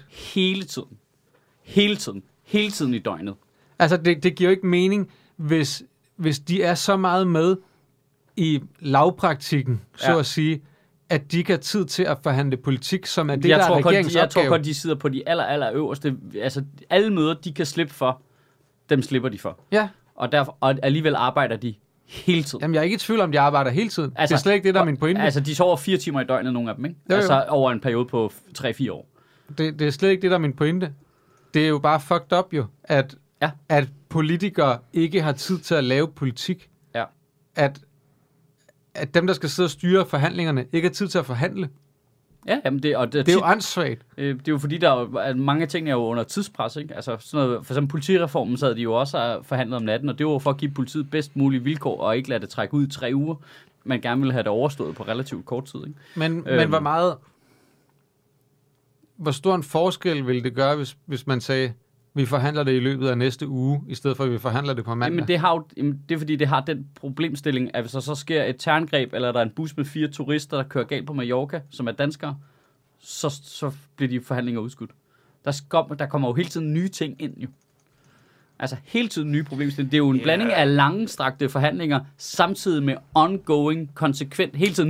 hele tiden i døgnet. Altså, det giver jo ikke mening, hvis de er så meget med i lavpraktikken, så at sige, at de ikke har tid til at forhandle politik, som er det, der er regeringens opgave. Jeg tror godt, de sidder på de aller øverste. Altså, alle møder, de kan slippe for, dem slipper de for. Ja. Og alligevel arbejder de hele tiden. Jamen, jeg er ikke i tvivl om, de arbejder hele tiden. Altså, det er slet ikke det, der er min pointe. Altså, de sover 4 timer i døgnet, nogle af dem, ikke? Jo. Altså, over en periode på 3-4 år. Det er slet ikke det, der er min pointe. Det er jo bare fucked up jo, at politikere ikke har tid til at lave politik. Ja. At dem, der skal sidde og styre forhandlingerne, ikke har tid til at forhandle. Ja, jamen det er jo åndssvagt. Det er jo fordi, mange ting er jo under tidspres, ikke? Altså sådan noget, for eksempel politireformen sad de jo også forhandlet om natten, og det var for at give politiet bedst mulige vilkår, og ikke lade det trække ud i 3 uger. Man gerne ville have det overstået på relativt kort tid, ikke? Men hvor stor en forskel ville det gøre, hvis man sagde, vi forhandler det i løbet af næste uge, i stedet for at vi forhandler det på mandag? Jamen det er fordi, det har den problemstilling, at hvis der så sker et terrorangreb, eller der er en bus med 4 turister, der kører galt på Mallorca, som er danskere, så bliver de forhandlinger udskudt. Der kommer jo hele tiden nye ting ind jo. Altså hele tiden nye problemstillinger. Det er jo en blanding af langstrakte forhandlinger, samtidig med ongoing, konsekvent, hele tiden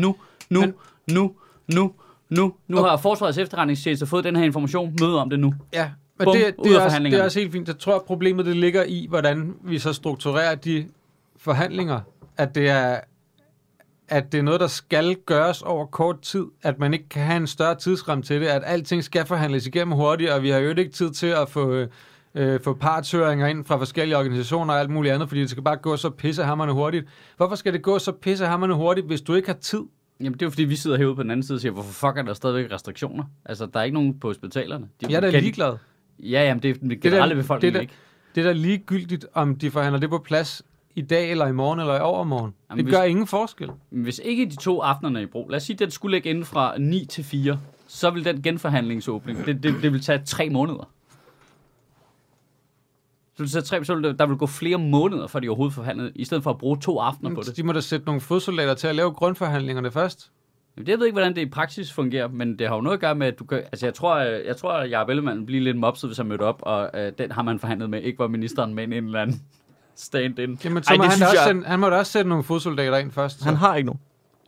nu har Forsvarets Efterretningstjeneste fået den her information, møde om det nu. Ja, men det er også helt fint. Jeg tror, at problemet det ligger i, hvordan vi så strukturerer de forhandlinger. At det er noget, der skal gøres over kort tid. At man ikke kan have en større tidsramme til det. At alting skal forhandles igennem hurtigt, og vi har jo ikke tid til at få partshøringer ind fra forskellige organisationer og alt muligt andet, fordi det skal bare gå så pissehammerende hurtigt. Hvorfor skal det gå så pissehammerende hurtigt, hvis du ikke har tid? Jamen, det er jo fordi, vi sidder herude på den anden side og siger, hvorfor fuck er der stadigvæk restriktioner? Altså, der er ikke nogen på hospitalerne. Jeg er da ligeglad. Ja, jamen, det er den generelle befolkning, ikke? Det er da ligegyldigt, om de forhandler det på plads i dag, eller i morgen, eller i overmorgen. Jamen, det gør ingen forskel. Hvis ikke de 2 aftenerne i brug, lad os sige, at den skulle ligge inden fra 9 til 4, så vil den genforhandlingsåbning, det vil tage 3 måneder. Så der vil gå flere måneder, før de overhovedet forhandler, i stedet for at bruge 2 aftener på det. De må da sætte nogle fodsoldater til at lave grundforhandlingerne først. Jeg ved ikke, hvordan det i praksis fungerer, men det har jo noget at gøre med, at du kan... Altså, jeg tror, at Jacob Ellemann bliver lidt mopset, hvis han mødte op, og den har man forhandlet med. Ikke var ministeren med en eller anden stand-in. Jamen, så må han må da også sætte nogle fodsoldater ind først. Så. Han har ikke nogen.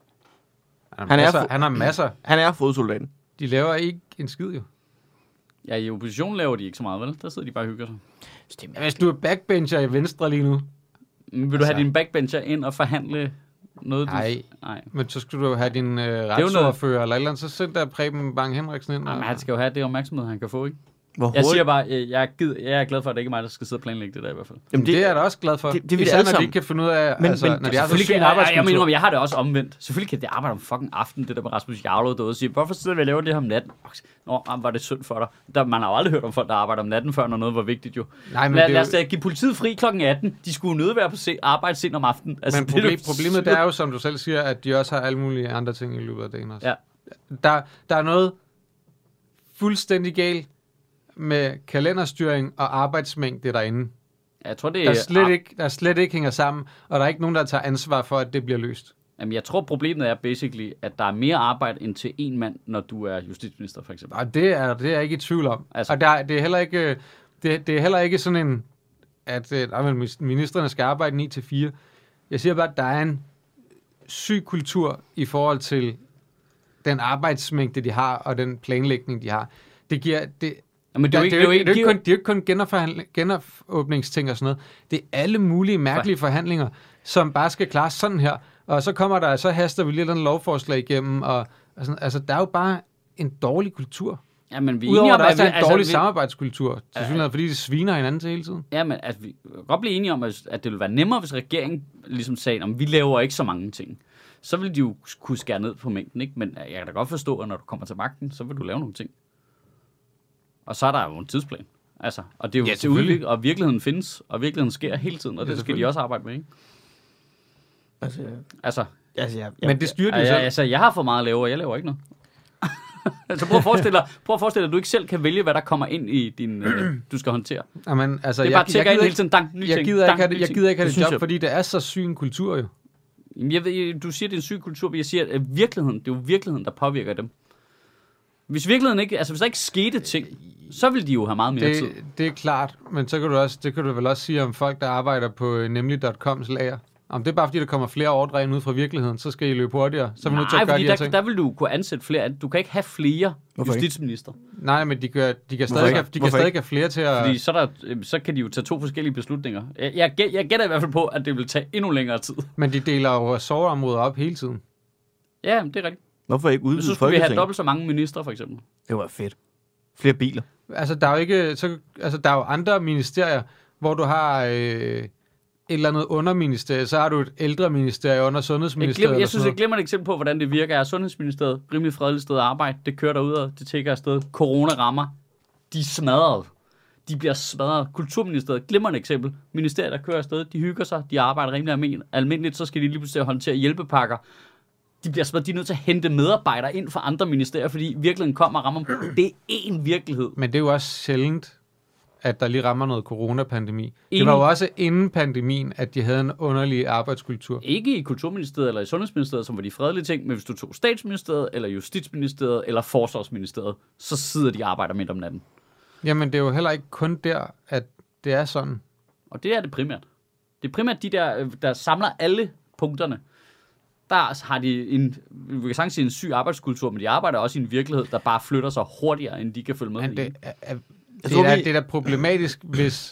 Han har masser. Han er fodsoldaten. De laver ikke en skid, jo. Ja, i oppositionen laver de ikke så meget, vel? Der sidder de bare og hygger sig. Hvis du er backbencher i Venstre lige nu... Vil du have din backbencher ind og forhandle noget? Nej, men så skal du have din retsordfører eller et eller andet, så send der Preben Bang Henriksen ind. Men han skal jo have det opmærksomhed, han kan få, ikke? Jeg siger bare, jeg er glad for, at det ikke er mig, der skal sidde og planlægge det der i hvert fald. Jamen, det er jeg da også glad for. Det vil alle sammen. Når de ikke kan finde ud af, når de har så syg arbejdskultur. Jeg har det også omvendt. Selvfølgelig kan det arbejde om fucking aften, det der med Rasmus Jarlov derude og siger, hvorfor sidder vi og laver det her om natten? Var det synd for dig? Man har jo aldrig hørt om folk, der arbejder om natten, før når noget var vigtigt jo. Lad os da give politiet fri klokken 18. De skulle nødt være på arbejde sent om aftenen. Altså, men problemet det er jo, som du selv siger, at de også har alle mulige andre ting i løbet af dagen også. Ja. Der er noget fuldstændig galt med kalenderstyring og arbejdsmængde derinde. Jeg tror, det der slet ikke hænger sammen, og der er ikke nogen, der tager ansvar for, at det bliver løst. Jamen, jeg tror, problemet er basically, at der er mere arbejde end til en mand, når du er justitsminister, for eksempel. Og det er jeg ikke i tvivl om. Altså. Og det er heller ikke, det er heller ikke sådan en, at ministerne skal arbejde 9-4. Jeg siger bare, at der er en syg kultur i forhold til den arbejdsmængde, de har, og den planlægning, de har. Det giver... Men det er jo ikke kun genåbningsting og sådan noget. Det er alle mulige mærkelige forhandlinger, som bare skal klares sådan her. Og så haster vi lidt en lovforslag igennem. Og sådan, altså, der er jo bare en dårlig kultur. Ja, men vi er udover, enige om, at der er en dårlig samarbejdskultur. Selvfølgelig, fordi de sviner hinanden til hele tiden. Ja, men altså, vi kan godt blive enige om, at det ville være nemmere, hvis regeringen ligesom sagde, at vi laver ikke så mange ting. Så ville de jo kunne skære ned på mængden, ikke? Men jeg kan da godt forstå, at når du kommer til magten, så vil du lave nogle ting. Og så er der jo en tidsplan. Altså, og det er jo til udvikling, og virkeligheden findes, og virkeligheden sker hele tiden, og det skal de også arbejde med, ikke? Men det styrer de jo selv. Altså, jeg har for meget at lave, og jeg laver ikke noget. Altså, prøv at forestille dig, at du ikke selv kan vælge, hvad der kommer ind i din, du skal håndtere. Jamen, altså, det er bare at tjekke ind hele tiden. Jeg gider ikke have det job, fordi det er så syg en kultur jo. Du siger, det er en syg kultur, men jeg siger, at virkeligheden, det er jo virkeligheden, der påvirker dem. Hvis virkeligheden ikke, altså hvis der ikke skete ting, så vil de jo have meget mere tid. Det er klart, men så kan det kan du vel også sige om folk, der arbejder på nemlig.coms lager. Om det er bare fordi, der kommer flere ordre ind ud fra virkeligheden, så skal I løbe hurtigere. Så nej, fordi der vil du kunne ansætte flere. Du kan ikke have flere justitsminister. Nej, men de kan stadig have flere til at... Fordi så kan de jo tage 2 forskellige beslutninger. Jeg gætter i hvert fald på, at det vil tage endnu længere tid. Men de deler jo ressortområder op hele tiden. Ja, det er rigtigt. Hvorfor ikke udvide Folketinget? Så skulle vi have dobbelt så mange ministre, for eksempel. Det var fedt. Flere biler. Altså, der er jo andre ministerier, hvor du har et eller andet underministerie. Så har du et ældreministerie under Sundhedsministeriet. Jeg synes, jeg glemmer et eksempel på, hvordan det virker. Er Sundhedsministeriet rimelig fredeligt sted at arbejde? Det kører derud, og det tækker afsted. Corona rammer. De er smadret. De bliver smadret. Kulturministeriet, glimrende eksempel. Ministeriet, der kører afsted, de hygger sig. De arbejder rimelig almindeligt. Så skal de lige pludselig håndtere hjælpepakker. De bliver smadret. De er nødt til at hente medarbejdere ind fra andre ministerier, fordi virkeligheden kommer og rammer dem. Det er én virkelighed. Men det er jo også sjældent, at der lige rammer noget coronapandemi. Det var jo også inden pandemien, at de havde en underlig arbejdskultur. Ikke i Kulturministeriet eller i Sundhedsministeriet, som var de fredelige ting, men hvis du tog Statsministeriet, eller Justitsministeriet, eller Forsvarsministeriet, så sidder de og arbejder midt om natten. Jamen, det er jo heller ikke kun der, at det er sådan. Og det er det primært. Det er primært de der samler alle punkterne. Der har de vi kan sagtens sige en syg arbejdskultur, men de arbejder også i en virkelighed, der bare flytter sig hurtigere, end de kan følge med i. Det er da problematisk, hvis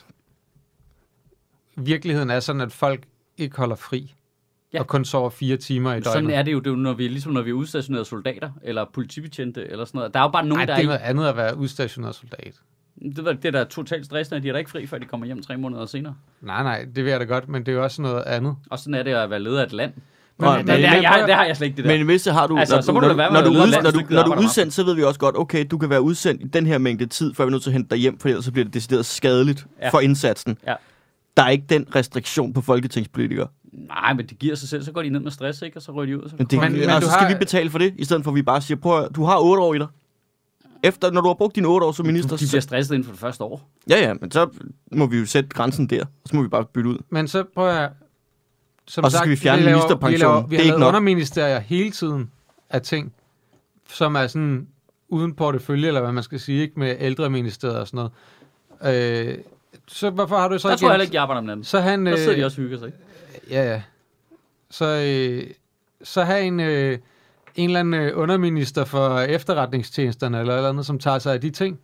virkeligheden er sådan, at folk ikke holder fri, og kun sover 4 timer i døgnet. Sådan er det jo, når vi er udstationerede soldater, eller politibetjente, eller sådan noget. Der er jo bare nogen, det er noget andet at være udstationeret soldat. Det er da totalt stressende, de er da ikke fri, før de kommer hjem 3 måneder senere. Nej, det ved jeg da godt, men det er jo også noget andet. Og sådan er det at være leder af et land. Det har jeg slet ikke det der. Men hvis det har du, altså, når du er udsendt, så ved vi også godt, okay, du kan være udsendt i den her mængde tid, før vi er nødt til at hente dig hjem, for ellers så bliver det decideret skadeligt for indsatsen. Ja. Der er ikke den restriktion på folketingspolitikere. Nej, men det giver sig selv, så går de ned med stress, ikke? Og så rører de ud. Så skal vi betale for det, i stedet for at vi bare siger, prøv at, du har 8 år i dig. Efter, når du har brugt dine 8 år som minister... De bliver stresset inden for det første år. Ja, men så må vi jo sætte grænsen der. Så må vi bare bytte ud. Men så prøver jeg... Og så skal vi fjerne ministerpensionen. Vi har lavet underministerier hele tiden af ting, som er sådan uden portefølje, eller hvad man skal sige, ikke med ældreministeriet og sådan noget. Så hvorfor har du så ikke... Jeg tror heller ikke, de arbejder om den. Så han... Der sidder de også og hygger sig. Ja. Så har en eller anden underminister for efterretningstjenesterne, eller andet, som tager sig af de ting.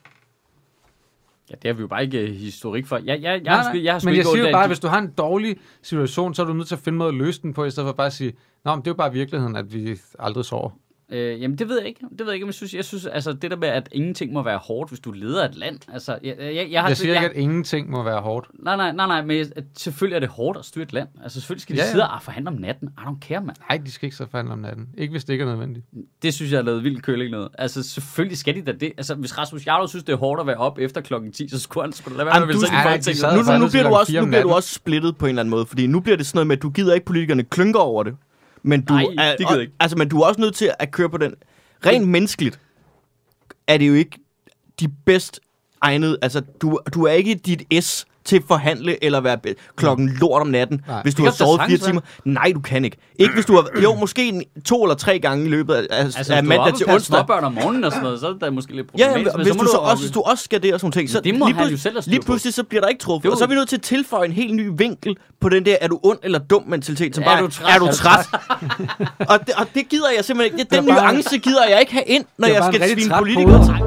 Ja, det har vi jo bare ikke historik for. Jeg men jeg siger jo bare, at hvis du har en dårlig situation, så er du nødt til at finde måde at løse den på, i stedet for bare at sige, men det er jo bare virkeligheden, at vi aldrig sover. Jamen, det ved jeg ikke. Men jeg synes, altså, det der med, at ingenting må være hårdt, hvis du leder et land. Altså, jeg siger ikke, at ingenting må være hårdt. Nej, men selvfølgelig er det hårdt at styre et land. Altså, selvfølgelig skal de sidde og forhandle om natten. I don't care, mand. Nej, de skal ikke så forhandle om natten. Ikke hvis det ikke er nødvendigt. Det synes jeg er lavet vildt køling noget. Altså, selvfølgelig skal de da det. Altså, hvis Rasmus Jarlov synes, det er hårdt at være op efter klokken 10, så skulle han lade være med at nu bliver du også splittet på en eller anden måde, fordi nu bliver det sådan noget med, at du gider ikke politikerne klynker over det. Men du men du er også nødt til at køre på den. Rent menneskeligt er det jo ikke de bedst egnede. Altså, du er ikke dit S til at forhandle eller være klokken lort om natten, hvis du har sovet 4 timer. Nej, du kan ikke. Ikke hvis du har... Jo, måske 2 eller 3 gange i løbet af mandag til onsdag. Småbørn om morgenen og sådan noget, så er det måske lidt problematisk. Ja, hvis du også skal det og sådan ting, så det må han jo selv lige pludselig så bliver der ikke truffet. Og så er vi nødt til at tilføje en helt ny vinkel på den der, er du ond eller dum mentalitet, som bare er du træt. Og det gider jeg simpelthen ikke. Den nuance gider jeg ikke have ind, når jeg skal svine politikere til.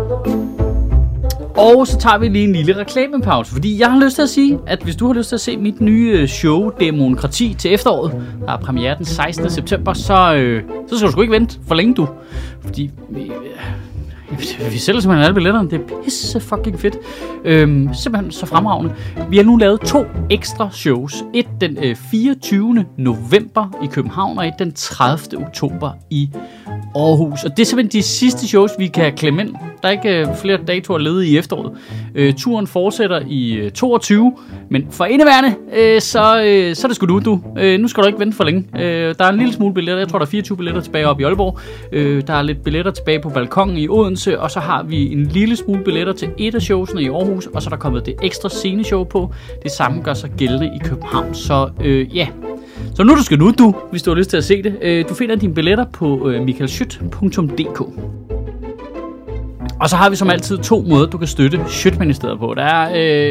Og så tager vi lige en lille reklamepause, fordi jeg har lyst til at sige, at hvis du har lyst til at se mit nye show, Demokrati, til efteråret, der er premiere den 16. september, så skal du sgu ikke vente for længe, du. Fordi vi sælger simpelthen alle billetterne. Det er pisse fucking fedt. Simpelthen så fremragende. Vi har nu lavet 2 ekstra shows. Et den 24. november i København, og et den 30. oktober i Aarhus. Og det er simpelthen de sidste shows, vi kan klemme ind. Der er ikke flere datoer ledige i efteråret. Turen fortsætter i 22, men for indeværende, så er det sgu du. Nu skal du ikke vente for længe. Der er en lille smule billetter. Jeg tror, der er 24 billetter tilbage oppe i Aalborg. Der er lidt billetter tilbage på balkongen i Odense, og så har vi en lille smule billetter til et af showsene i Aarhus, og så er der kommet det ekstra sceneshow på. Det samme gør sig gældende i København. Så ja... Så nu skal du, hvis du har lyst til at se det. Du finder dine billetter på michaelschødt.dk. Og så har vi som altid 2 måder, du kan støtte Schødt-ministeriet på. Der er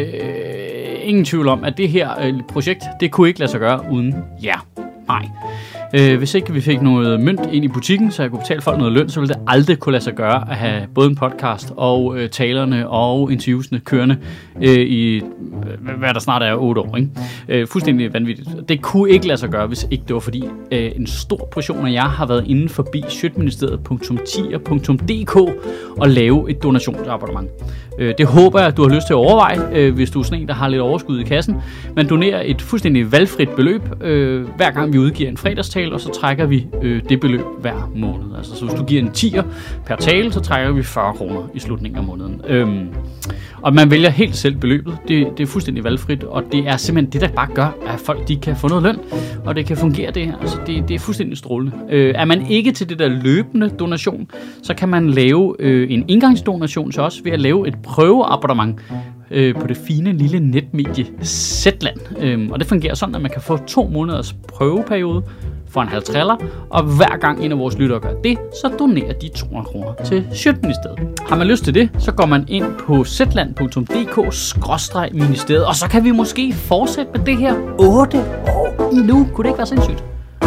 ingen tvivl om, at det her projekt, det kunne ikke lade sig gøre uden jer. Nej. Hvis ikke vi fik noget mønt ind i butikken, så jeg kunne betale folk noget løn, så ville det aldrig kunne lade sig gøre at have både en podcast og talerne og interviewsene kørende i, hvad der snart er 8 år. Ikke? Fuldstændig vanvittigt. Det kunne ikke lade sig gøre, hvis ikke det var fordi en stor portion af jer har været inde forbi schødtministeriet.tier.dk og lave et donationsabonnement. Det håber jeg, at du har lyst til at overveje, hvis du er sådan en, der har lidt overskud i kassen. Man donerer et fuldstændig valgfrit beløb, hver gang vi udgiver en fredagstale, og så trækker vi det beløb hver måned. Altså, så hvis du giver en 10'er per tale, så trækker vi 40 kroner i slutningen af måneden. Og man vælger helt selv beløbet. Det er fuldstændig valgfrit, og det er simpelthen det, der bare gør, at folk de kan få noget løn, og det kan fungere det her. Altså, det er fuldstændig strålende. Er man ikke til det der løbende donation, så kan man lave en engangsdonation til os ved at lave et prøveabonnement på det fine lille netmedie Zetland. Og det fungerer sådan, at man kan få 2 måneders prøveperiode for en 50'er, og hver gang en af vores lyttere gør det, så donerer de 200 kroner til Schødt-ministeriet. Har man lyst til det, så går man ind på zetland.dk/ministeriet, og så kan vi måske fortsætte med det her 8 år endnu. Kunne det ikke være sindssygt?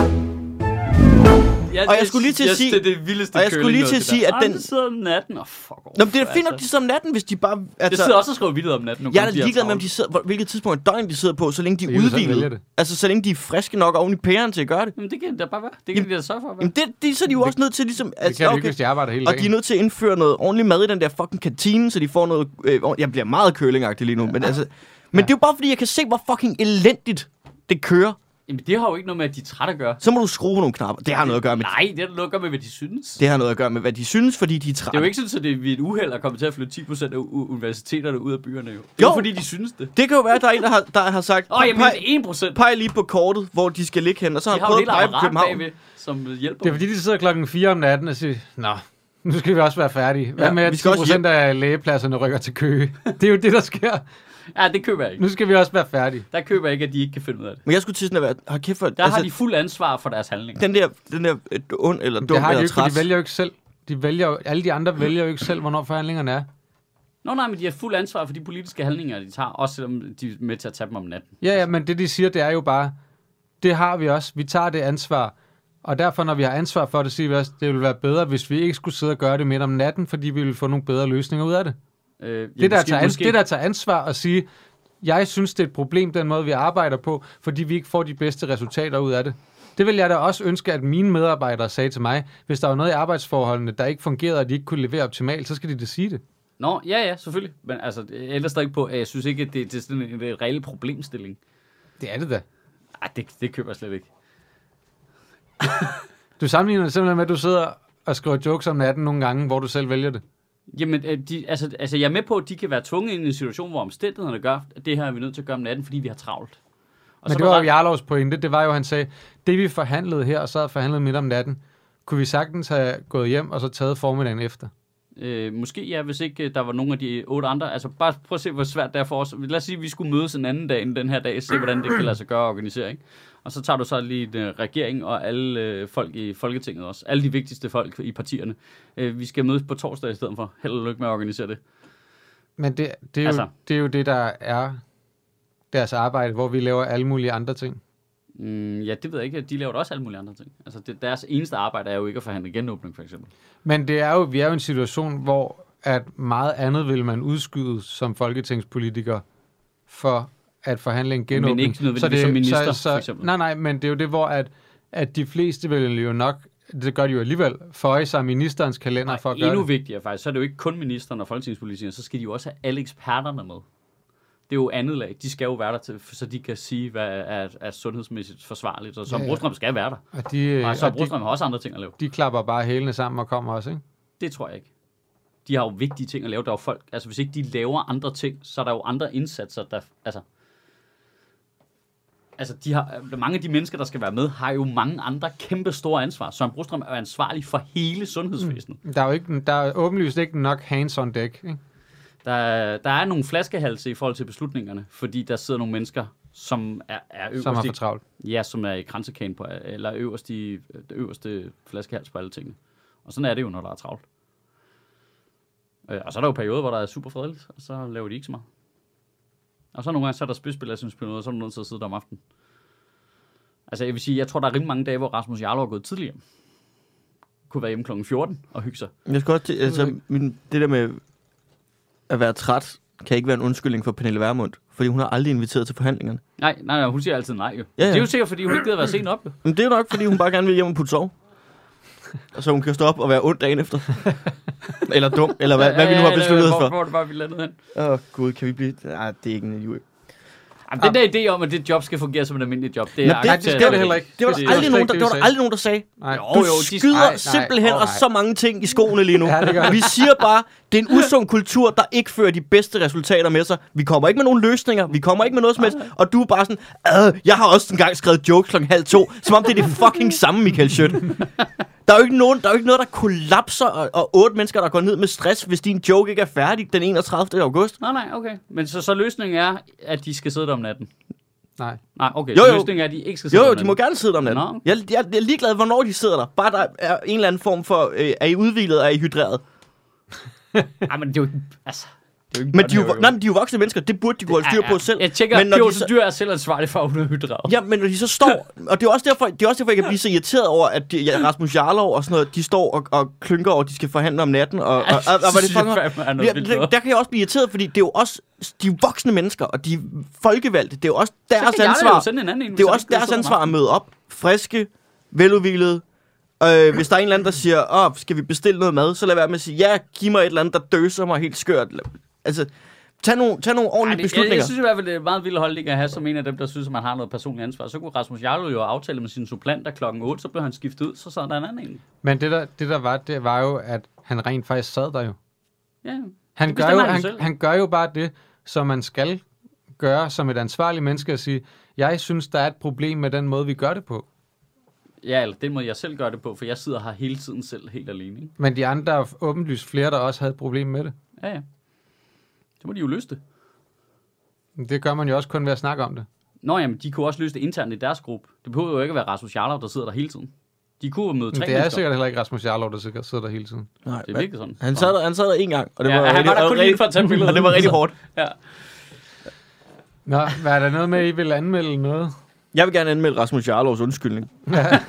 Og jeg skulle lige til at sige, det vildeste at den sidder om natten, fuck off. Nå, men det er fint nok, de sidder om natten, hvis de bare... Altså, det sidder også og skriver videoer om natten. Jeg er ligeglad med, om de sidder, hvilket tidspunkt af døgn de sidder på, så længe de er udvildet. Altså, så længe de er friske nok oven i pæren til at gøre det. Jamen, det kan da bare være. Det kan de da sørge for at være. Jamen, så er de jo også nødt til ligesom... Altså, det kan ikke, hvis de arbejder hele dagen. Og de er nødt til at indføre noget ordentligt mad i den der fucking kantine, så de får noget... jeg bliver meget kølingagtig lige nu, men altså... Men det er jo bare, fordi jeg kan se, hvor fucking elendigt det kører. Jamen, det har jo ikke noget med, at de er trætte at gøre. Så må du skrue på nogle knapper. Det har noget at gøre med... Nej, det har noget at gøre med, hvad de synes. Det har noget at gøre med, hvad de synes, fordi de er trætte. Det er jo ikke sådan, at det er et uheld at komme til at flytte 10% af universiteterne ud af byerne. Jo. Det er jo, fordi de synes det. Det kan jo være, at der er en, der har sagt... Jamen, 1%. Peg lige på kortet, hvor de skal ligge hen, og så har han prøvet at pege på København. Bagved, som hjælper. Det er fordi, de sidder klokken 4 om natten og siger, nå, Nu skal vi også være færdige. Hvad med, at 10% af lægepladserne rykker til Køge? Det er jo det, der sker. Ja, det køber jeg ikke. Nu skal vi også være færdige. Der køber jeg ikke, at de ikke kan finde ud af det. Men jeg skulle til sådan at være... Kæft for, der har de fuld ansvar for deres handlinger. Den der ond eller dum eller ikke, træt. De vælger jo ikke selv. Alle de andre vælger jo ikke selv, hvornår forhandlingerne er. Nej, men de har fuld ansvar for de politiske handlinger, de tager. Også selvom de er med til at tage dem om natten. Ja, men det de siger, det er jo bare... Det har vi også. Vi tager det ansvar. Og derfor, når vi har ansvar for det, siger vi også, det ville være bedre, hvis vi ikke skulle sidde og gøre det midt om natten, fordi vi ville få nogle bedre løsninger ud af det. Det der tager ansvar og sige, jeg synes, det er et problem, den måde, vi arbejder på, fordi vi ikke får de bedste resultater ud af det. Det vil jeg da også ønske, at mine medarbejdere sagde til mig, hvis der var noget i arbejdsforholdene, der ikke fungerede, og de ikke kunne levere optimalt, så skal de da sige det. Nå, ja, selvfølgelig. Men altså, jeg ændrer stadig på, at jeg synes ikke, at det er sådan en reel problemstilling. Det er det da. Ej, det køber jeg slet ikke. Du sammenligner det simpelthen med, at du sidder og skriver jokes om natten nogle gange, hvor du selv vælger det. Jamen, altså jeg er med på, at de kan være tvunget ind i en situation, hvor omstændighederne gør, at det her er vi nødt til at gøre om natten, fordi vi har travlt. Og men det var jo Jarlovs pointe. Det var jo, han sagde, det vi forhandlede her, og så havde forhandlet midt om natten, kunne vi sagtens have gået hjem, og så taget formiddagen efter. Måske ja, hvis ikke der var nogen af de 8 andre. Altså bare prøv at se, hvor svært det er for os. Lad os sige, at vi skulle mødes en anden dag end den her dag, se hvordan det kan lade sig gøre og organisere, ikke? Og så tager du så lige regering og alle folk i Folketinget også. Alle de vigtigste folk i partierne. Vi skal mødes på torsdag i stedet for. Held og lykke med at organisere det. Men det er jo det, der er deres arbejde, hvor vi laver alle mulige andre ting. Ja, det ved jeg ikke. De laver også alle mulige andre ting. Altså, deres eneste arbejde er jo ikke at forhandle genåbning, for eksempel. Men vi er jo i en situation, hvor at meget andet vil man udskyde som folketingspolitiker for at forhandle en genåbning. Men ikke nødvendigvis som minister, for eksempel. Nej, men det er jo det, hvor at de fleste vil jo nok, det gør de jo alligevel, føje sig ministerens kalender for at gøre endnu vigtigere faktisk, så er det jo ikke kun ministeren og folketingspolitikerne, så skal de jo også have alle eksperterne med. Det er jo andet lag. De skal jo være der, til, så de kan sige, hvad er sundhedsmæssigt forsvarligt. Og så Brostrøm skal være der. Og så Brostrøm har også andre ting at lave. De klapper bare hælene sammen og kommer også, ikke? Det tror jeg ikke. De har jo vigtige ting at lave. Der er jo folk, altså hvis ikke de laver andre ting, så er der jo andre indsatser, der... Altså de har, mange af de mennesker, der skal være med, har jo mange andre kæmpe store ansvar. Søren Brostrøm er ansvarlig for hele sundhedsvæsenet. Der er åbenlyst ikke nok hands on deck, ikke? Der er nogle flaskehalse i forhold til beslutningerne, fordi der sidder nogle mennesker, som er øverst. Som har for travlt. Ja, som er i kransekagen på, eller øverste flaskehals på alle tingene. Og sådan er det jo, når der er travlt. Og så er der jo perioder, hvor der er super fredeligt, og så laver de ikke så meget. Og så nogle gange, så er der spidsspil, jeg synes, og så er du nødt til at sidde der om aftenen. Altså, jeg vil sige, jeg tror, der er rimelig mange dage, hvor Rasmus Jarlov er gået tidligere. Kunne være hjemme kl. 14 og hygge sig. Jeg skal også det der med at være træt, kan ikke være en undskyldning for Pernille Vermund, fordi hun har aldrig inviteret til forhandlingerne. Nej, hun siger altid nej, jo. Ja. Det er jo sikkert, fordi hun ikke gider være sent op, jo. Men det er jo nok, fordi hun bare gerne vil hjem og putte sov. Og så hun kan stå op og være ond dagen efter. Eller dum, eller hvad vi nu har besluttet for. Hvor det var, vi landede hen. Gud, kan vi blive... Nej, det er ikke en idiot. Den der idé om, at det job skal fungere som et almindeligt job, det er det skal det heller ikke. Det var der aldrig nogen, der sagde. Du skyder simpelthen og så mange ting i skoene lige nu. Vi siger bare, det er en usund kultur, der ikke fører de bedste resultater med sig. Vi kommer ikke med nogen løsninger, vi kommer ikke med noget som helst. Og du er bare sådan, jeg har også engang skrevet jokes 1:30, som om det er det fucking samme, Michael Schødt. Der er jo ikke noget, der kollapser, og 8 mennesker, der går ned med stress, hvis din joke ikke er færdig den 31. august. Nej, okay. Men så løsningen er, at de skal sidde der om natten? Nej, okay. Jo. Løsningen er, at de ikke skal sidde der om natten? Jo, de må gerne sidde der om natten. Nå, okay. Jeg er ligeglad, hvornår de sidder der. Bare der er en eller anden form for, er I udhvilet, er I hydreret? Nej, men det er jo ikke... Altså... Men de er jo voksne mennesker, det burde de kunne holde styr på selv. Jeg tænker, at Pia Dyr er selv ansvarlig for, at hun er hydret. Ja, men når de så står, og det er også derfor, jeg kan blive så irriteret over, at Rasmus Jarlov og sådan noget, de står og klynker over, at de skal forhandle om natten. Og der kan jeg også blive irriteret, fordi det er jo også de voksne mennesker, og de folkevalgte, det er jo også deres ansvar. Det er jo også deres ansvar at møde op, friske, veludhvilede. Hvis der er en eller anden, der siger, skal vi bestille noget mad, så lad være med at sige, ja, giv mig et eller andet, der døser mig helt skørt. Altså, tag nogle ordentlige beslutninger. Jeg synes i hvert fald, det er meget vildt holdning at have som en af dem, der synes, at man har noget personligt ansvar. Så kunne Rasmus Jarlov jo aftale med sine supplanter klokken 8, så blev han skiftet ud, så sad der en anden en. Men det var jo, at han rent faktisk sad der jo. Ja, han gør jo bare det, som man skal gøre som et ansvarligt menneske, at sige, jeg synes, der er et problem med den måde, vi gør det på. Ja, eller den måde, jeg selv gør det på, for jeg sidder her hele tiden selv helt alene. Ikke? Men de andre er åbenlyst flere, der også havde et problem med det. Ja. Så må de jo løse det. Det gør man jo også kun ved at snakke om det. Nå, jamen, de kunne også løse det internt i deres gruppe. Det behøver jo ikke at være Rasmus Jarlov, der sidder der hele tiden. De kunne møde 3 det er sikkert heller ikke Rasmus Jarlov, der sidder der hele tiden. Nej, det er virkelig sådan. Han sad der en gang, og det var han var der kun lige for at tage billedet. Og det var rigtig hårdt. Ja. Nå, hvad er der noget med, I vil anmelde noget? Jeg vil gerne anmelde Rasmus Jarlovs undskyldning. Ja.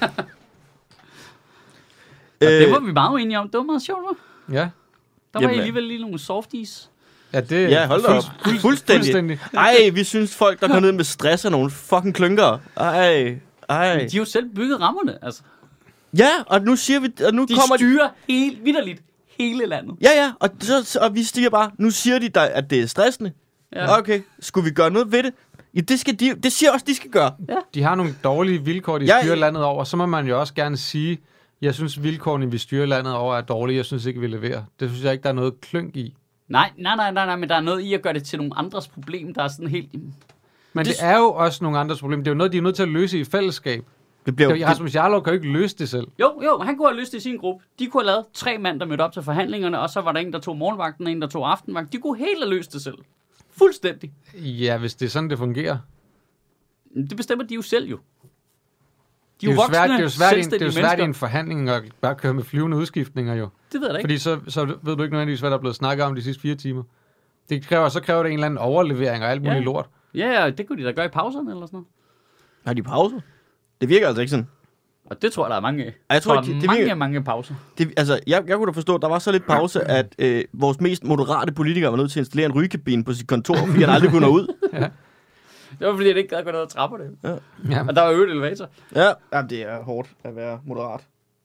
Det var vi meget uenige om. Det var meget sjovt, hva'? Ja. Der var alligevel lige nogle softies. Ja, hold da op. Fuldstændig. Ej, vi synes folk, der går ned med stress er nogle fucking klønkere. Ej. De har jo selv bygget rammerne, altså. Ja, og nu siger vi... Og nu de kommer styrer helt vitterligt hele landet. Ja, og vi stiger bare... Nu siger de, at det er stressende. Ja. Okay, skulle vi gøre noget ved det? Ja, det siger også, de skal gøre. Ja. De har nogle dårlige vilkår, de styrer landet over. Så må man jo også gerne sige, jeg synes, vilkårene, vi styrer landet over, er dårlige. Jeg synes ikke, vi leverer. Det synes jeg ikke, der er noget klønk i. Nej, men der er noget i at gøre det til nogle andres problem, der er sådan helt... Men det er jo også nogle andres problem. Det er jo noget, de er nødt til at løse i fællesskab. Rasmus Jarlov kan jo ikke løse det selv. Jo, han kunne have løst det i sin gruppe. De kunne have lavet 3 mand, der mødte op til forhandlingerne, og så var der en, der tog morgenvagten, og en, der tog aftenvagten. De kunne helt have løst det selv. Fuldstændig. Ja, hvis det er sådan, det fungerer. Det bestemmer de jo selv jo. Det er jo svært i en forhandling at bare køre med flyvende udskiftninger jo. Det ved jeg da ikke. Fordi så ved du ikke nødvendigvis, hvad der er blevet snakket om de sidste 4 timer. Så kræver det en eller anden overlevering og alt muligt lort. Ja, det kunne de da gøre i pauserne eller sådan noget. Har de pauser? Det virker altså ikke sådan. Og det tror jeg, der er mange af. Jeg tror ikke, mange pauser. Jeg kunne da forstå, at der var så lidt pause, at vores mest moderate politikere var nødt til at installere en rygekabine på sit kontor, fordi han aldrig kunne nå ud. Ja. Det var fordi, han ikke gad gå ned og trappe det. Ja. Og der var øvrigt elevator. Ja, jamen, det er hårdt at være moderat.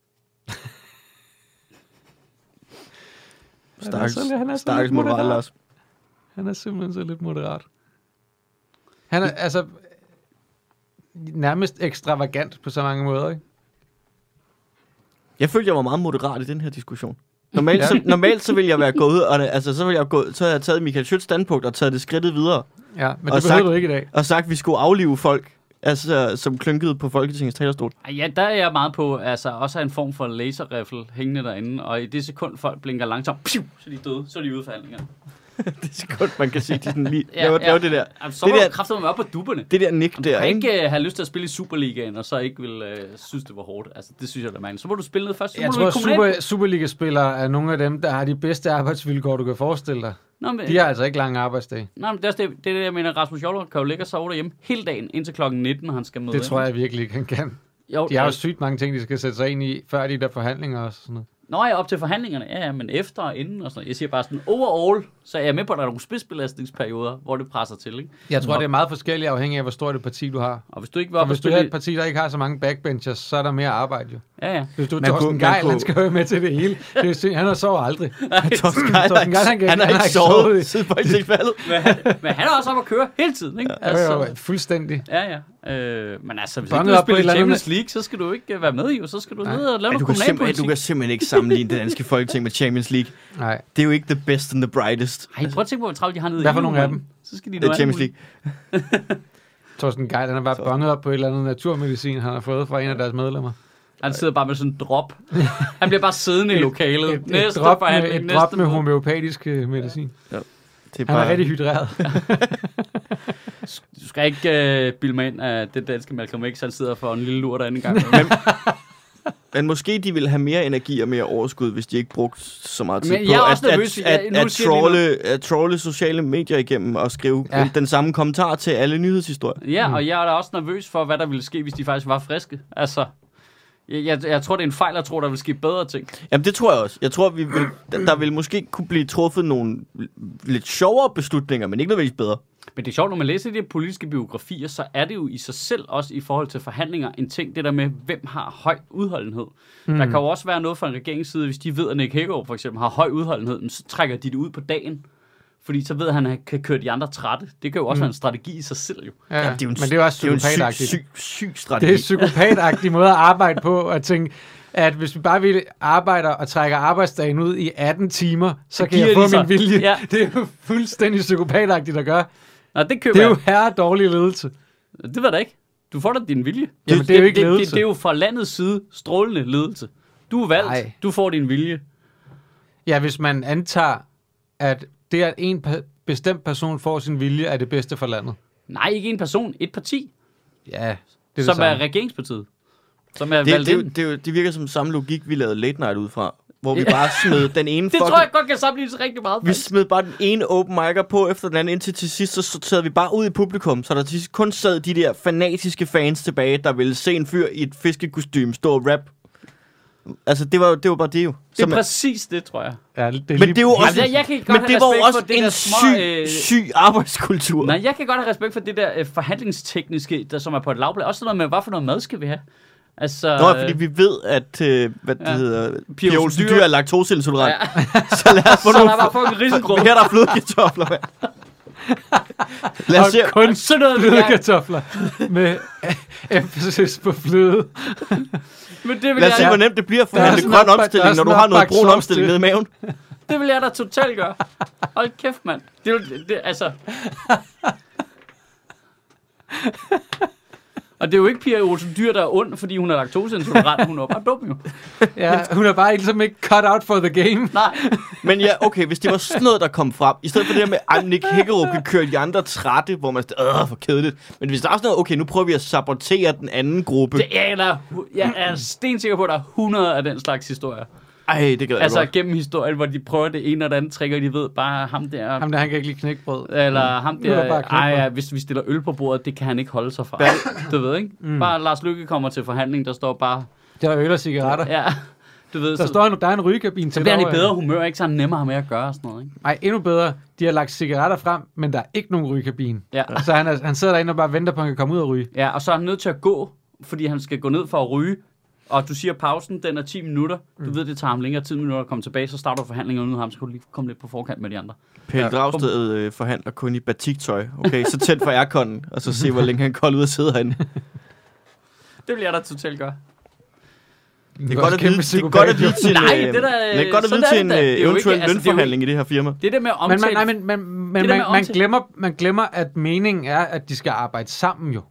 Stakkels moderat, Lars. Han er simpelthen så lidt moderat. Han er altså nærmest ekstravagant på så mange måder, ikke? Jeg følte, jeg var meget moderat i den her diskussion. Normalt så ville jeg være gået ud, og så ville jeg taget Michael Schøtz standpunkt og taget det skridtet videre. Ja, men det behøver du ikke i dag. Og sagt, at vi skulle aflive folk, som klynkede på Folketingets talerstol. Ja, der er jeg meget på, også en form for laserriffel hængende derinde, og i det sekund, folk blinker langsomt, så er de døde, så er de ude af forhandlingerne. Det er godt, man kan sige, de sådan lige laver det der. Jamen, så var kræfter man op på dupperne. Det der nick der, ikke? Du kan ikke have lyst til at spille i Superligaen, og så ikke vil synes, det var hårdt. Altså, det synes jeg, der er man. Så må du spille noget først. Jeg tror, Superliga-spillere er nogle af dem, der har de bedste arbejdsvilkår, du kan forestille dig. De har altså ikke lange arbejdsdage. Nej, men det er det, jeg mener. Rasmus Jarlov kan jo ligge og sove derhjemme hele dagen, indtil klokken 19, når han skal møde. Det tror jeg virkelig ikke, han kan. Jo, de har jo sygt mange ting, de skal sætte sig ind i, før de der forhandlinger og sådan noget. Nå, op til forhandlingerne, ja, men efter og inden og sådan noget. Jeg siger bare sådan, overall, så er jeg med på, at der er nogle spidsbelastningsperioder, hvor det presser til, ikke? Jeg tror, det er meget forskelligt afhængig af, hvor stort et parti du har. Og hvis du ikke var hvis du har et parti, der ikke har så mange backbenchers, så er der mere arbejde jo. Ja. Hvis du Torsten Gejl, han skal jo med til det hele. Han har sovet aldrig. Torsten Gejl, han har ikke sovet siden folketingsvalget. Men han er også op at køre hele tiden, ikke? Altså, fuldstændig. Ja. Men altså, hvis ikke du spiller Champions League, så skal du ikke være med jo. Så skal du ned og lave noget kommunalpolitik. Du kan simpelthen ikke sammenligne det danske folketing med Champions League. Nej. Det er jo ikke the best and the brightest. Ej, prøv at tænke på, hvor travlt de har nede i Hvad for nogle af dem? Så skal de det er Champions League. Torsten Gejl, han har bare bonget op på et eller andet naturmedicin, han har fået fra en af deres medlemmer. Han sidder bare med sådan en drop. Han bliver bare siddende i lokalet. Et drop med homeopatisk medicin. Ja. Han er rigtig hydreret. Du skal ikke bilde mig ind, at det danske Malcolm X, han sidder for en lille lur derinde en gang. Men måske de ville have mere energi og mere overskud, hvis de ikke brugte så meget tid på at trolle sociale medier igennem og skrive den samme kommentar til alle nyhedshistorier. Ja, og jeg er da også nervøs for, hvad der ville ske, hvis de faktisk var friske. Altså, jeg tror, det er en fejl, jeg tror, der vil ske bedre ting. Jamen, det tror jeg også. Jeg tror, der vil måske kunne blive truffet nogle lidt sjovere beslutninger, men ikke nødvendigvis bedre. Men det er sjovt, når man læser de politiske biografier, så er det jo i sig selv også i forhold til forhandlinger en ting, det der med, hvem har høj udholdenhed. Der kan jo også være noget fra en regeringsside, hvis de ved, at Nick Hækkerup for eksempel har høj udholdenhed, så trækker de det ud på dagen. Fordi så ved han kan køre de andre trætte. Det kan jo også være en strategi i sig selv jo. Ja, men det er jo også psykopatagtigt. Det er en syg strategi. Det er en psykopatagtig måde at arbejde på, at tænke, at hvis vi bare vil arbejde og trækker arbejdsdagen ud i 18 timer, så kan jeg få min vilje. Ja. Det er jo fuldstændig psykopatagtigt at gøre. Nå, det er jo dårlig ledelse. Det ved jeg da ikke. Du får da din vilje. Jamen, det er jo ikke ledelse. Det er jo fra landets side strålende ledelse. Du er valgt, du får din vilje. Ja, hvis man antager, at det, at en bestemt person får sin vilje, er det bedste for landet. Nej, ikke en person. Et parti. Ja, det som er regeringspartiet. Som er valgt ind. Det virker som samme logik, vi lavede Late Night ud fra. Hvor vi bare smed den ene... Det tror jeg godt kan sammenlignes rigtig meget. Vi smed bare den ene open mic'er på efter den anden, indtil til sidst, så sorterede vi bare ud i publikum, så der til sidst kun sad de der fanatiske fans tilbage, der ville se en fyr i et fiskekostume stå og rap. Altså, det var bare det jo. Det er præcis det, tror jeg. Ja, men det er jo også, men det var jo også en syg arbejdskultur. Nej, jeg kan godt have respekt for det der forhandlingstekniske, der som er på et lavplan. Også noget med, hvad for noget mad skal vi have? Altså, fordi vi ved, at hvad det hedder, Pia Olsen Dyr er laktoseintolerant. Ja. Så lad os få nogle... der var fucking risengrød. Her der er flødekartofler, mand. Lad os se. Kun sådan noget flødekartofler. Med emphasis på fløde. Men det lad os se, hvor nemt det bliver for en grøn omstilling, når du har noget brun omstilling nede i maven. Det vil jeg da totalt gøre. Hold kæft, mand. Det altså... Og det er jo ikke Pia Olsen Dyr, der er ond, fordi hun er laktoseintolerant. Hun er bare dum, jo. Ja, hun er bare ligesom ikke cut out for the game. Nej. Men ja, okay, hvis det var sådan noget, der kom frem, i stedet for det der med, at Nick Hækkerup kan køre de andre trætte, hvor man siger, for kedeligt. Men hvis der er sådan noget, okay, nu prøver vi at sabotere den anden gruppe. Jeg er stensikker på, at der er 100 af den slags historier. Ej, det gad jeg altså godt. Gennem historien, hvor de prøver det ene og det andet trick, og de ved bare, ham der, han kan ikke lide knækbrød. Eller ham der, hvis vi stiller øl på bordet, det kan han ikke holde sig fra. Du ved, ikke? Bare Lars Løkke kommer til forhandling, der står bare... Der er øl og cigaretter. Ja, du ved. Der er en rygekabine til. Så bliver han i bedre humør, ikke? Så han nemmere med at gøre sådan noget, ikke? Nej, endnu bedre. De har lagt cigaretter frem, men der er ikke nogen rygekabine. Ja. Så han sidder derinde og bare venter på, at han kan komme ud og ryge. Ja, og så er han nødt til at gå, fordi han skal gå ned for at ryge. Og du siger, pausen, den er 10 minutter. Du ved, det tager ham længere 10 minutter at komme tilbage, så starter du forhandlingen uden ham, så kan du lige komme lidt på forkant med de andre. Pelle Dragsted forhandler kun i batiktøj. Okay, så tæt for airconen, og så se, hvor længe han kan holde ud og sidde herinde. Det vil jeg da totalt gøre. Det er godt at vide til en eventuel lønforhandling i det her firma. Det der med at omtale... Man glemmer, at meningen er, at de skal arbejde sammen jo.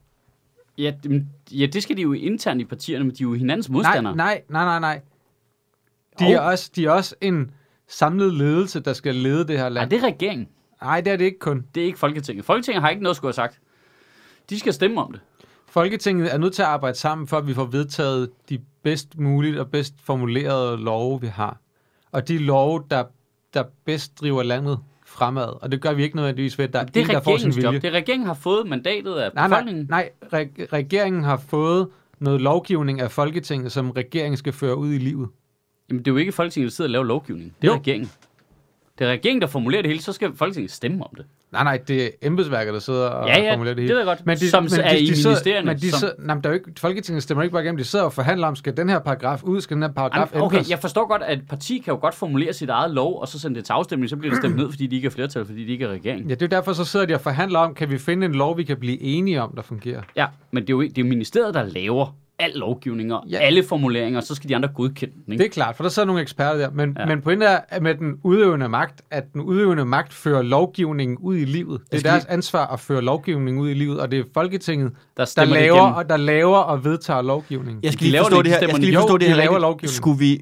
Ja, det skal de jo internt i partierne, men de er jo hinandens modstandere. Nej. De er også en samlet ledelse, der skal lede det her land. Nej, det er regeringen. Nej, det er det ikke kun. Det er ikke Folketinget. Folketinget har ikke noget skulle have sagt. De skal stemme om det. Folketinget er nødt til at arbejde sammen, for at vi får vedtaget de bedst muligt og bedst formulerede love, vi har. Og de love, der bedst driver landet fremad. Og det gør vi ikke nødvendigvis ved, at der er en, der får sin vilje. Det er regeringen har fået mandatet af befolkningen. Nej, regeringen har fået noget lovgivning af Folketinget, som regeringen skal føre ud i livet. Jamen, det er jo ikke Folketinget, der sidder og laver lovgivning. Det er regeringen. Det er regeringen, der formulerer det hele, så skal Folketinget stemme om det. Nej, det er embedsværket, der sidder og formulerer det hele. Det ved jeg godt. Men som er i ministerierne. Folketinget stemmer ikke bare igennem, de sidder og forhandler om, skal den her paragraf ud, skal den her paragraf ændres? Okay, jeg forstår godt, at et parti kan jo godt formulere sit eget lov, og så sende det til afstemning, så bliver det stemt ned, fordi de ikke er flertal, fordi de ikke er regering. Ja, det er derfor, så sidder de og forhandler om, kan vi finde en lov, vi kan blive enige om, der fungerer? Ja, men det er jo ministeriet, der laver al lovgivning og alle formuleringer, så skal de andre godkende den, ikke? Det er klart, for der sidder nogle eksperter der. Men pointen er med den udøvende magt, at den udøvende magt fører lovgivningen ud i livet. Det er deres ansvar at føre lovgivningen ud i livet, og det er Folketinget, der laver og vedtager lovgivningen. Jeg skal lige forstå det her. Skulle vi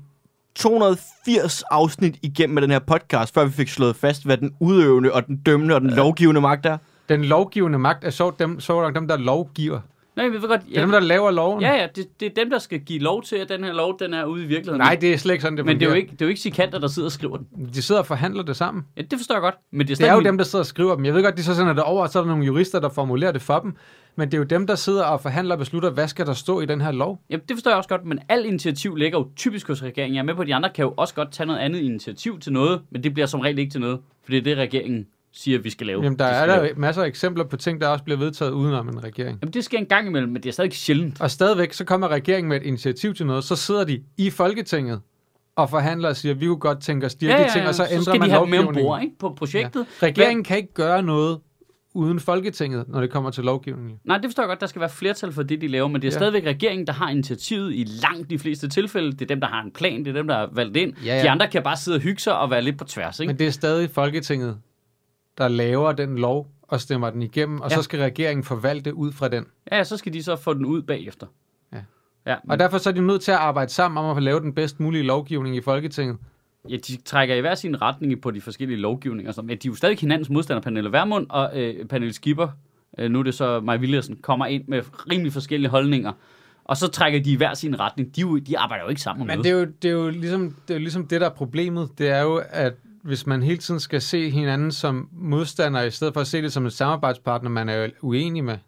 280 afsnit igennem med den her podcast, før vi fik slået fast, hvad den udøvende og den dømmende og den lovgivende magt er? Den lovgivende magt er så dem, der lovgiver. Nej, vi ved godt, det er dem, der laver loven. Ja, det er dem, der skal give lov til, at den her lov, den er ude i virkeligheden. Nej, det er slet ikke sådan, det fungerer. Men det er jo ikke sikanter, der sidder og skriver den. De sidder og forhandler det sammen. Ja, det forstår jeg godt. Men det er jo dem, der sidder og skriver dem. Jeg ved godt, de så sender det over, og så er der nogle jurister, der formulerer det for dem. Men det er jo dem, der sidder og forhandler og beslutter, hvad skal der stå i den her lov. Jamen, det forstår jeg også godt, men al initiativ ligger jo typisk hos regeringen. Jeg er med på, at de andre kan jo også godt tage noget andet initiativ til noget, men det bliver som regel ikke til noget, for det er det, regeringen siger, vi skal lave. Jamen, der er der masser af eksempler på ting, der også bliver vedtaget udenom en regering. Jamen, det sker en gang imellem, men det er stadig sjældent. Og stadigvæk, så kommer regeringen med et initiativ til noget, så sidder de i Folketinget og forhandler og siger, vi kunne godt tænke os de ting, og så ændrer man lovgivningen. Mere bord, ikke, på projektet. Ja. Regeringen kan ikke gøre noget uden Folketinget, når det kommer til lovgivningen. Nej, det forstår jeg godt, der skal være flertal for det, de laver, men det er stadigvæk regeringen, der har initiativet i langt de fleste tilfælde. Det er dem, der har en plan, det er dem, der er valgt ind. Ja. De andre kan bare sidde og hygge sig og være lidt på tværs, ikke? Men det er stadig Folketinget, der laver den lov og stemmer den igennem, og så skal regeringen forvalte ud fra den. Ja, så skal de så få den ud bagefter. Ja, og derfor så er de nødt til at arbejde sammen om at lave den bedst mulige lovgivning i Folketinget. Ja, de trækker i hver sin retning på de forskellige lovgivninger. Men de er jo stadig hinandens modstandere, Pernille Vermund og Pernille Skipper. Nu er det så Maja Villadsen, kommer ind med rimelig forskellige holdninger. Og så trækker de i hver sin retning. De arbejder jo ikke sammen. Men det er jo ligesom det, der er problemet. Det er jo, at hvis man hele tiden skal se hinanden som modstandere, i stedet for at se det som en samarbejdspartner, man er jo uenig med.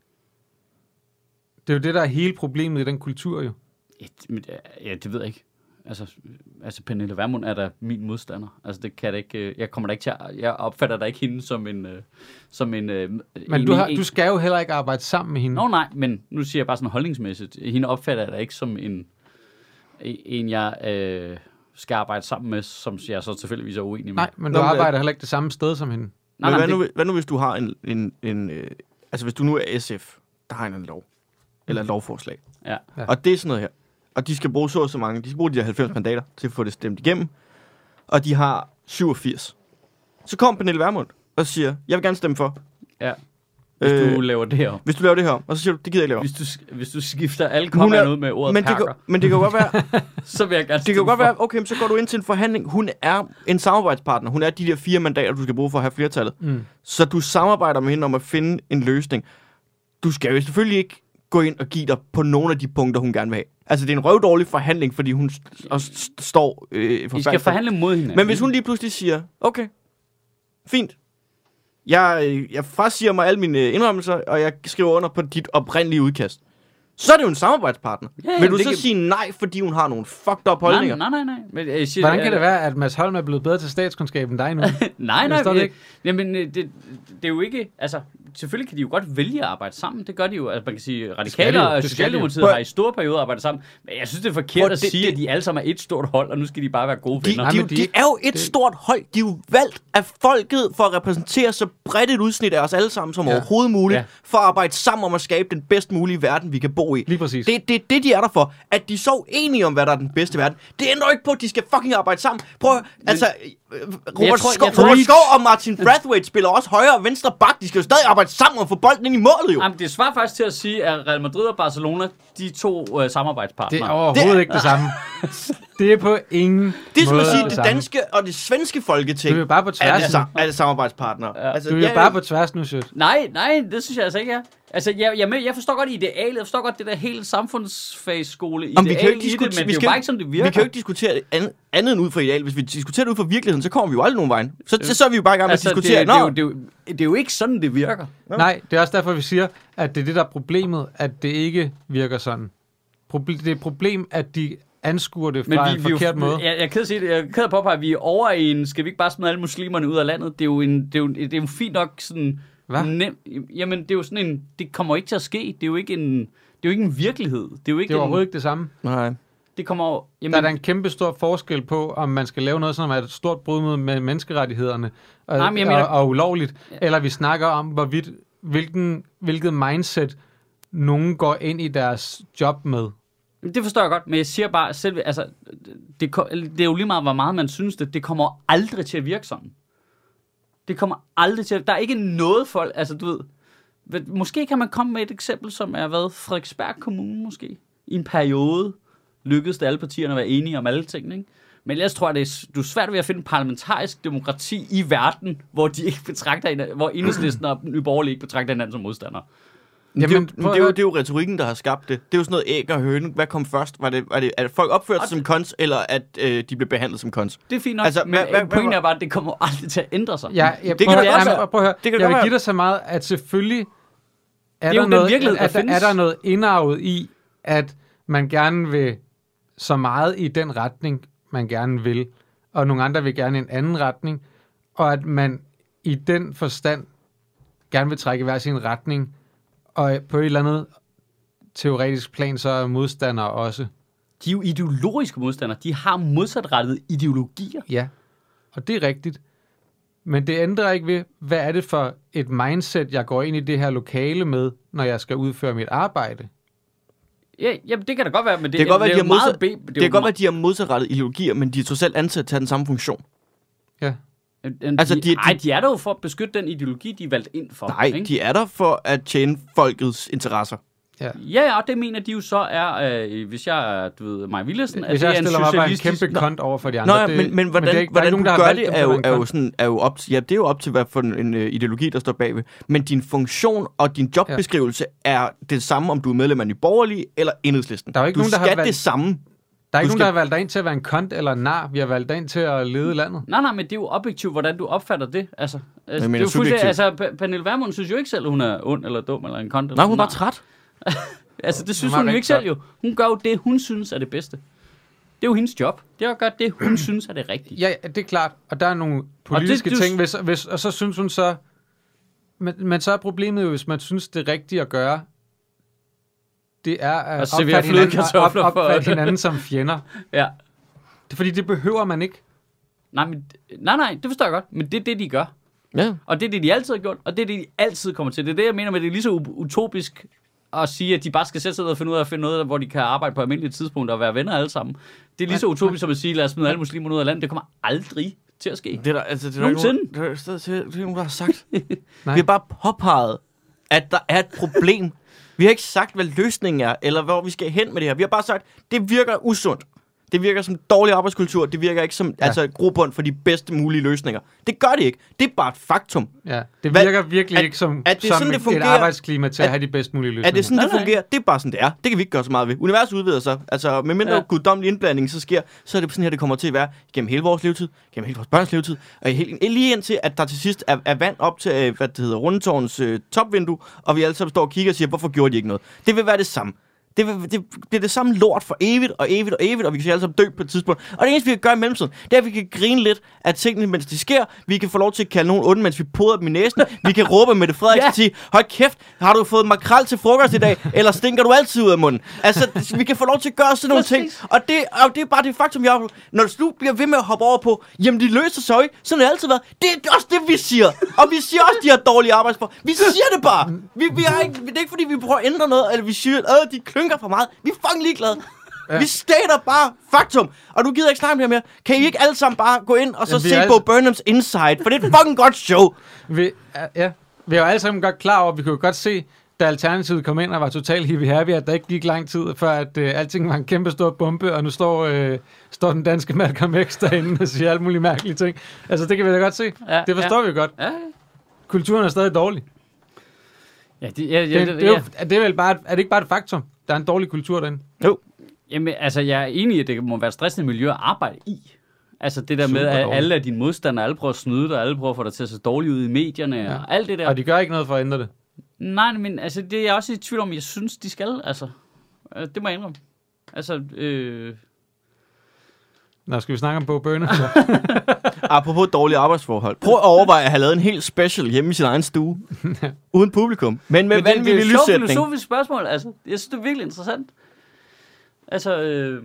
Det er jo det, der er hele problemet i den kultur, jo. Ja, det ved jeg ikke. Altså Pernille Vermund er da min modstander. Altså det kan jeg ikke. Jeg kommer da ikke til jeg opfatter da ikke hende som en Men du skal jo heller ikke arbejde sammen med hende. Nå nej, men nu siger jeg bare sådan holdningsmæssigt. Hende opfatter jeg da ikke som en jeg skal arbejde sammen med, som jeg så tilfældigvis er uenig med. Nej, men du arbejder heller ikke det samme sted som hende. Men hvad nu hvis du har altså hvis du nu er SF, der har en lov eller et lovforslag. Ja. Og det er sådan noget her. Og de skal bruge så mange. De skal bruge de der 90 mandater til at få det stemt igennem. Og de har 87. Så kom Pernille Vermund og siger, jeg vil gerne stemme for. Ja. Hvis du laver det her. Hvis du laver det her. Og så siger du, det gider jeg ikke lave. Hvis du skifter alle kommerne ud med ordet perker. Men det kan jo godt være... så vil jeg gerne det kan jo godt være, okay, så går du ind til en forhandling. Hun er en samarbejdspartner. Hun er de der 4 mandater, du skal bruge for at have flertallet. Så du samarbejder med hende om at finde en løsning. Du skal jo selvfølgelig ikke gå ind og give dig på nogle af de punkter, hun gerne vil have. Altså, det er en røvdårlig forhandling, fordi hun står... I skal forhandle mod hende. Men hvis hun lige pludselig siger, okay, fint. Jeg frasiger mig alle mine indrømmelser, og jeg skriver under på dit oprindelige udkast. Så er det jo en samarbejdspartner. Ja, vil du så sige nej, fordi hun har nogle fucked up holdninger? Nej. Men, hvordan kan det være, at Mads Holm er blevet bedre til statskundskab end dig nu? nej. Jamen, det er jo ikke... Altså, selvfølgelig kan de jo godt vælge at arbejde sammen. Det gør de jo. Altså, man kan sige, Radikale og Socialdemokratiet har i store perioder arbejdet sammen. Men jeg synes, det er forkert at sige, at de alle sammen er et stort hold, og nu skal de bare være gode venner. De er jo et stort hold. De er jo valgt af folket for at repræsentere så bredt et udsnit af os alle sammen som overhovedet muligt, for at arbejde sammen om at skabe den bedst mulige verden, vi kan bo i. Lige præcis. Det er det, de er der for. At de er så enige om, hvad der er den bedste verden. Det ændrer ikke på, at de skal fucking arbejde sammen. Prøv altså... Robert Skov og Martin Brathwaite spiller også højre og venstre bak. De skal jo stadig arbejde sammen og få bolden ind i målet, jo. Jamen, det svarer faktisk til at sige, at Real Madrid og Barcelona, de to samarbejdspartnere. Det er overhovedet ikke det samme. Det er på ingen måde det er som at sige, det danske og det svenske folketing du er bare på tværs er samarbejdspartnere. Ja. Altså, du er bare på tværs nu, Sjøt. Nej, det synes jeg altså ikke, Altså, jeg forstår godt idealet. Jeg forstår godt det der hele samfundsfagsskole ideal i det, men det er jo bare ikke, som det virker. Vi kan jo ikke diskutere andet end ud fra ideal. Hvis vi diskuterer det ud fra virkeligheden, så kommer vi jo aldrig nogen vejen. Så er vi jo bare i gang med at diskutere. Det er jo ikke sådan, det virker. Nej, det er også derfor, vi siger, at det er det, der er problemet, at det ikke virker sådan. Det er et problem, at de anskuer det fra en forkert måde. Jeg er ked at sige det. Jeg er ked at påpege, at vi er over i en... Skal vi ikke bare smide alle muslimerne ud af landet? Det er jo fint nok sådan... Jamen, det er jo sådan en... Det kommer ikke til at ske. Det er jo ikke en virkelighed. Det er overhovedet ikke det samme. Nej. Det kommer... Jamen, der er en kæmpe stor forskel på, om man skal lave noget, som er et stort brud med menneskerettighederne og ulovligt, eller vi snakker om, hvilket mindset nogen går ind i deres job med. Det forstår jeg godt, men jeg siger bare selv, altså, det er jo lige meget, hvor meget man synes det kommer aldrig til at virke sådan. Det kommer aldrig til at... Der er ikke noget folk... Altså, du ved... Måske kan man komme med et eksempel, som er Frederiksberg Kommune måske. I en periode lykkedes det alle partierne at være enige om alle tingene, ikke? Men ellers tror jeg, du er svært ved at finde parlamentarisk demokrati i verden, hvor de ikke betragter hvor Enhedslisten og Nye Borgerlige ikke betragter hinanden som modstandere. Jamen, det er jo retorikken, der har skabt det. Det er jo sådan noget æg og høne. Hvad kom først? Var det at folk opførte sig som kons, eller at de blev behandlet som kons? Det er fint nok, men pointen er bare, at det kommer aldrig til at ændre sig. Jeg vil give dig så meget, at selvfølgelig er der noget indarvet i, at man gerne vil så meget i den retning, man gerne vil, og nogle andre vil gerne i en anden retning, og at man i den forstand gerne vil trække hver sin retning, og på et eller andet teoretisk plan, så er modstandere også. De er jo ideologiske modstandere. De har modsatrettede ideologier. Ja, og det er rigtigt. Men det ændrer ikke ved, hvad er det for et mindset, jeg går ind i det her lokale med, når jeg skal udføre mit arbejde. Ja, jamen det kan da godt være, men det kan godt være, at de har modsatrettede ideologier, men de er trods alt ansat til at have den samme funktion. Ja. Altså, de er der jo for at beskytte den ideologi, de er valgt ind for. Nej, ikke? De er der for at tjene folkets interesser. Ja, og det mener de jo så er, hvis jeg er, Maja Villadsen, hvis jeg stiller mig bare en kæmpe kont over for de andre. Men hvordan du gør det, er jo op til, det er jo op til, hvad for en ideologi, der står bagved. Men din funktion og din jobbeskrivelse er det samme, om du er medlem af Nye Borgerlige eller Enhedslisten. Der er ikke nogen, der skal det samme. Der er ikke nogen, der har valgt dig ind til at være en kont eller en nar. Vi har valgt dig ind til at lede landet. Nej, men det er jo objektivt, hvordan du opfatter det. Altså det er jo fuldstændig, Pernille Vermund synes jo ikke selv, hun er ond eller dum eller en kont. Nej, hun er bare træt. Altså, det synes hun jo ikke selv jo. Hun gør jo det, hun synes er det bedste. Det er jo hendes job. Det er at gøre det, hun synes er det rigtige. Ja, det er klart. Og der er nogle politiske ting, og så synes hun så... Men så er problemet jo, hvis man synes, det rigtige at gøre, det er at opfatte hinanden som fjender. Ja. Det er fordi, det behøver man ikke. Nej, det forstår jeg godt. Men det er det, de gør. Ja. Og det er det, de altid har gjort. Og det er det, de altid kommer til. Det er det, jeg mener med, det er lige så utopisk at sige, at de bare skal sætte sig ned og finde ud af at finde noget, hvor de kan arbejde på almindelige tidspunkter og være venner alle sammen. Det er lige så utopisk som at sige, lad os smide alle muslimer ud af landet. Det kommer aldrig til at ske. Det er der, altså, det er nogensinde. Det er nogen, der har sagt. Vi har bare påpeget, at der er et problem. Vi har ikke sagt, hvad løsningen er, eller hvor vi skal hen med det her. Vi har bare sagt, det virker usundt. Det virker som dårlig arbejdskultur. Det virker ikke som grobund for de bedste mulige løsninger. Det gør det ikke. Det er bare et faktum. Ja, det virker virkelig ikke som et arbejdsklima til at have de bedst mulige løsninger. Er det sådan, det fungerer? Det er bare sådan, det er. Det kan vi ikke gøre så meget ved. Universet udvider sig. Altså, med mindre guddommelig indblanding, så er det sådan her, det kommer til at være gennem hele vores levetid, gennem hele vores børns levetid, og lige indtil, at der til sidst er vand op til, Rundetårns topvindue, og vi alle sammen står og kigger og siger, hvorfor gjorde de ikke noget? Det vil være det samme. Det bliver det samme lort for evigt og evigt og evigt, og vi kan alle sammen dø på et tidspunkt. Og det eneste, vi kan gøre i mellemtiden, det er, at vi kan grine lidt af tingene, mens de sker. Vi kan få lov til at kalde nogen onde, mens vi poder dem i næsen. Vi kan råbe Mette Frederiksen og sige, hold kæft, har du fået makrel til frokost i dag? Eller stinker du altid ud af munden? Altså, vi kan få lov til at gøre sådan nogle ting. Og det er bare det faktum, vi har. Når du bliver ved med at hoppe over på, jamen de løser sig jo ikke. Sådan har det altid været. Det er også det, vi siger. Og vi siger også, de har dårlige arbejdsforhold. Vi siger det bare. Vi har ikke, det er ikke, fordi vi prøver at ændre noget, eller vi siger, at de klynker for meget. Vi er fucking ligeglade. Ja. Vi stater bare faktum. Og du gider ikke snakke mere. Kan I ikke alle sammen bare gå ind og så se på Burnhams Inside? For det er et fucking godt show. Vi er jo alle sammen godt klar over, vi kunne godt se, da Alternativet kom ind og var totalt hippie-happy, at der ikke gik lang tid, før at alting var en kæmpe stor bombe, og nu står den danske Malcolm X derinde og siger alle mulige mærkelige ting. Altså, det kan vi da godt se. Ja, det forstår vi godt. Ja. Kulturen er stadig dårlig. Ja, det er vel bare, er det ikke bare et faktum? Der er en dårlig kultur derinde. Jo. Jamen, altså, jeg er enig i, at det må være et stressende miljø at arbejde i. Altså det der med, at alle af dine modstandere, alle prøver at snyde dig, alle prøver at få dig til at se dårligt ud i medierne, og alt det der. Og de gør ikke noget for at ændre det? Nej, men altså, det er jeg også i tvivl om, jeg synes, de skal, altså. Det må jeg indrømme. Altså, Nå, skal vi snakke om Bo Bøhne? Apropos dårlige arbejdsforhold. Prøv at overveje at have lavet en helt special hjemme i sin egen stue. Uden publikum. Men med vanvittig lyssætning. Det er et filosofisk spørgsmål, altså. Jeg synes, det er virkelig interessant. Altså,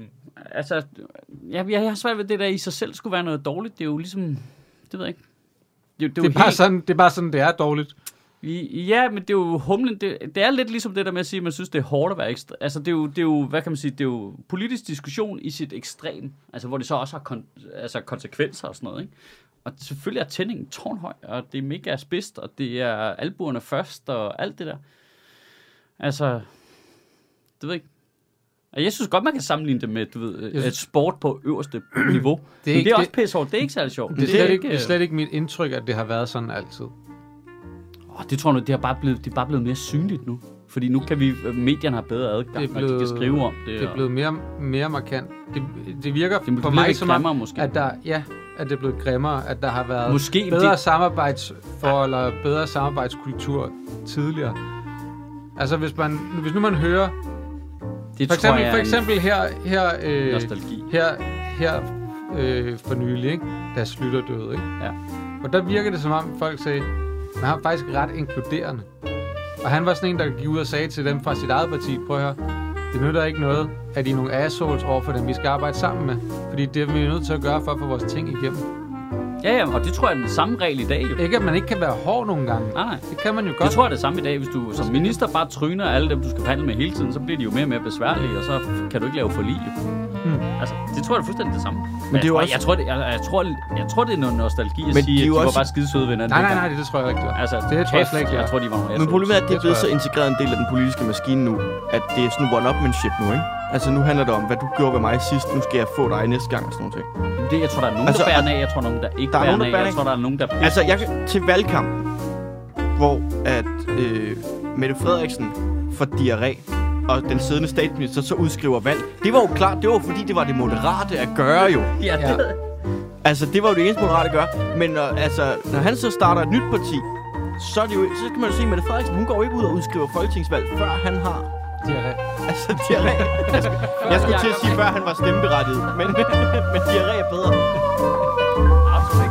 jeg har svært ved det der i sig selv skulle være noget dårligt. Det er jo ligesom, det ved jeg ikke. Det er bare sådan, det er dårligt. Ja, men det er jo humlen. Det er lidt ligesom det der med at sige, at man synes, det er hårdt at være ekstra. Altså, det er jo, hvad kan man sige, det er jo politisk diskussion i sit ekstrem. Altså, hvor det så også har konsekvenser og sådan noget, ikke? Og selvfølgelig er tændingen tårnhøj, og det er mega spidst, og det er albuerne først, og alt det der. Altså, det ved jeg ikke. Jeg synes godt, man kan sammenligne det med, du ved, et sport på øverste niveau. Det er også pissehårdt. Det er ikke særlig sjovt. Det er slet ikke mit indtryk, at det har været sådan altid. Det tror jeg, det er bare blevet mere synligt nu. Fordi nu kan medierne have bedre adgang, og de kan skrive om det. Det er blevet mere markant. Det virker på mig som om, måske. At det er blevet grimmere, at der har været måske bedre samarbejdsforhold og bedre samarbejdskultur tidligere. Altså hvis nu man hører for eksempel her nostalgi. Her for nylig, ikke? Da Slytter døde, ikke? Ja. Og der virker det som om folk sagde, men han var faktisk ret inkluderende. Og han var sådan en, der gik ud og sagde til dem fra sit eget parti, prøv at høre, det nytter ikke noget, at I er nogle assholes over for dem, vi skal arbejde sammen med. Fordi det er vi nødt til at gøre for at få vores ting igennem. Ja, og det tror jeg er den samme regel i dag. Jo. Ikke, at man ikke kan være hård nogle gange. Nej. Det kan man jo godt. Det tror jeg er det samme i dag. Hvis du som minister bare tryner alle dem, du skal forhandle med hele tiden, så bliver de jo mere og mere besværlige, og så kan du ikke lave forlig. Altså, det tror jeg er fuldstændig det samme. Men det er jo også... Jeg tror, det er noget nostalgi at sige, at de var bare skide søde venner. Nej, det tror jeg ikke, det var. Altså, det tror jeg slet ikke. Jeg tror, de var nogle. Men problemet er, at det er blevet så integreret en del af den politiske maskine nu, at det er sådan one-upmanship nu, ikke? Altså, nu handler det om, hvad du gjorde ved mig sidst, nu skal jeg få dig næste gang og sådan noget. Det, jeg tror, der er nogen, der bærer af. Jeg tror, nogen, der ikke bærer af. Jeg tror, der er nogen, der... Altså, til valgkampen, hvor at Mette Frederiksen får diarré, og den siddende statsminister så udskriver valg. Det var jo klart, det var fordi, det var det moderate at gøre jo. Ja. Altså, det var jo det eneste moderate at gøre. Men når han så starter et nyt parti, så kan man jo se, at Mette Frederiksen, hun går ikke ud og udskriver folketingsvalg, før han har... diarré. Altså, diarré. Jeg skulle til at sige, før han var stemmeberettiget, men diarré er bedre. Absolut.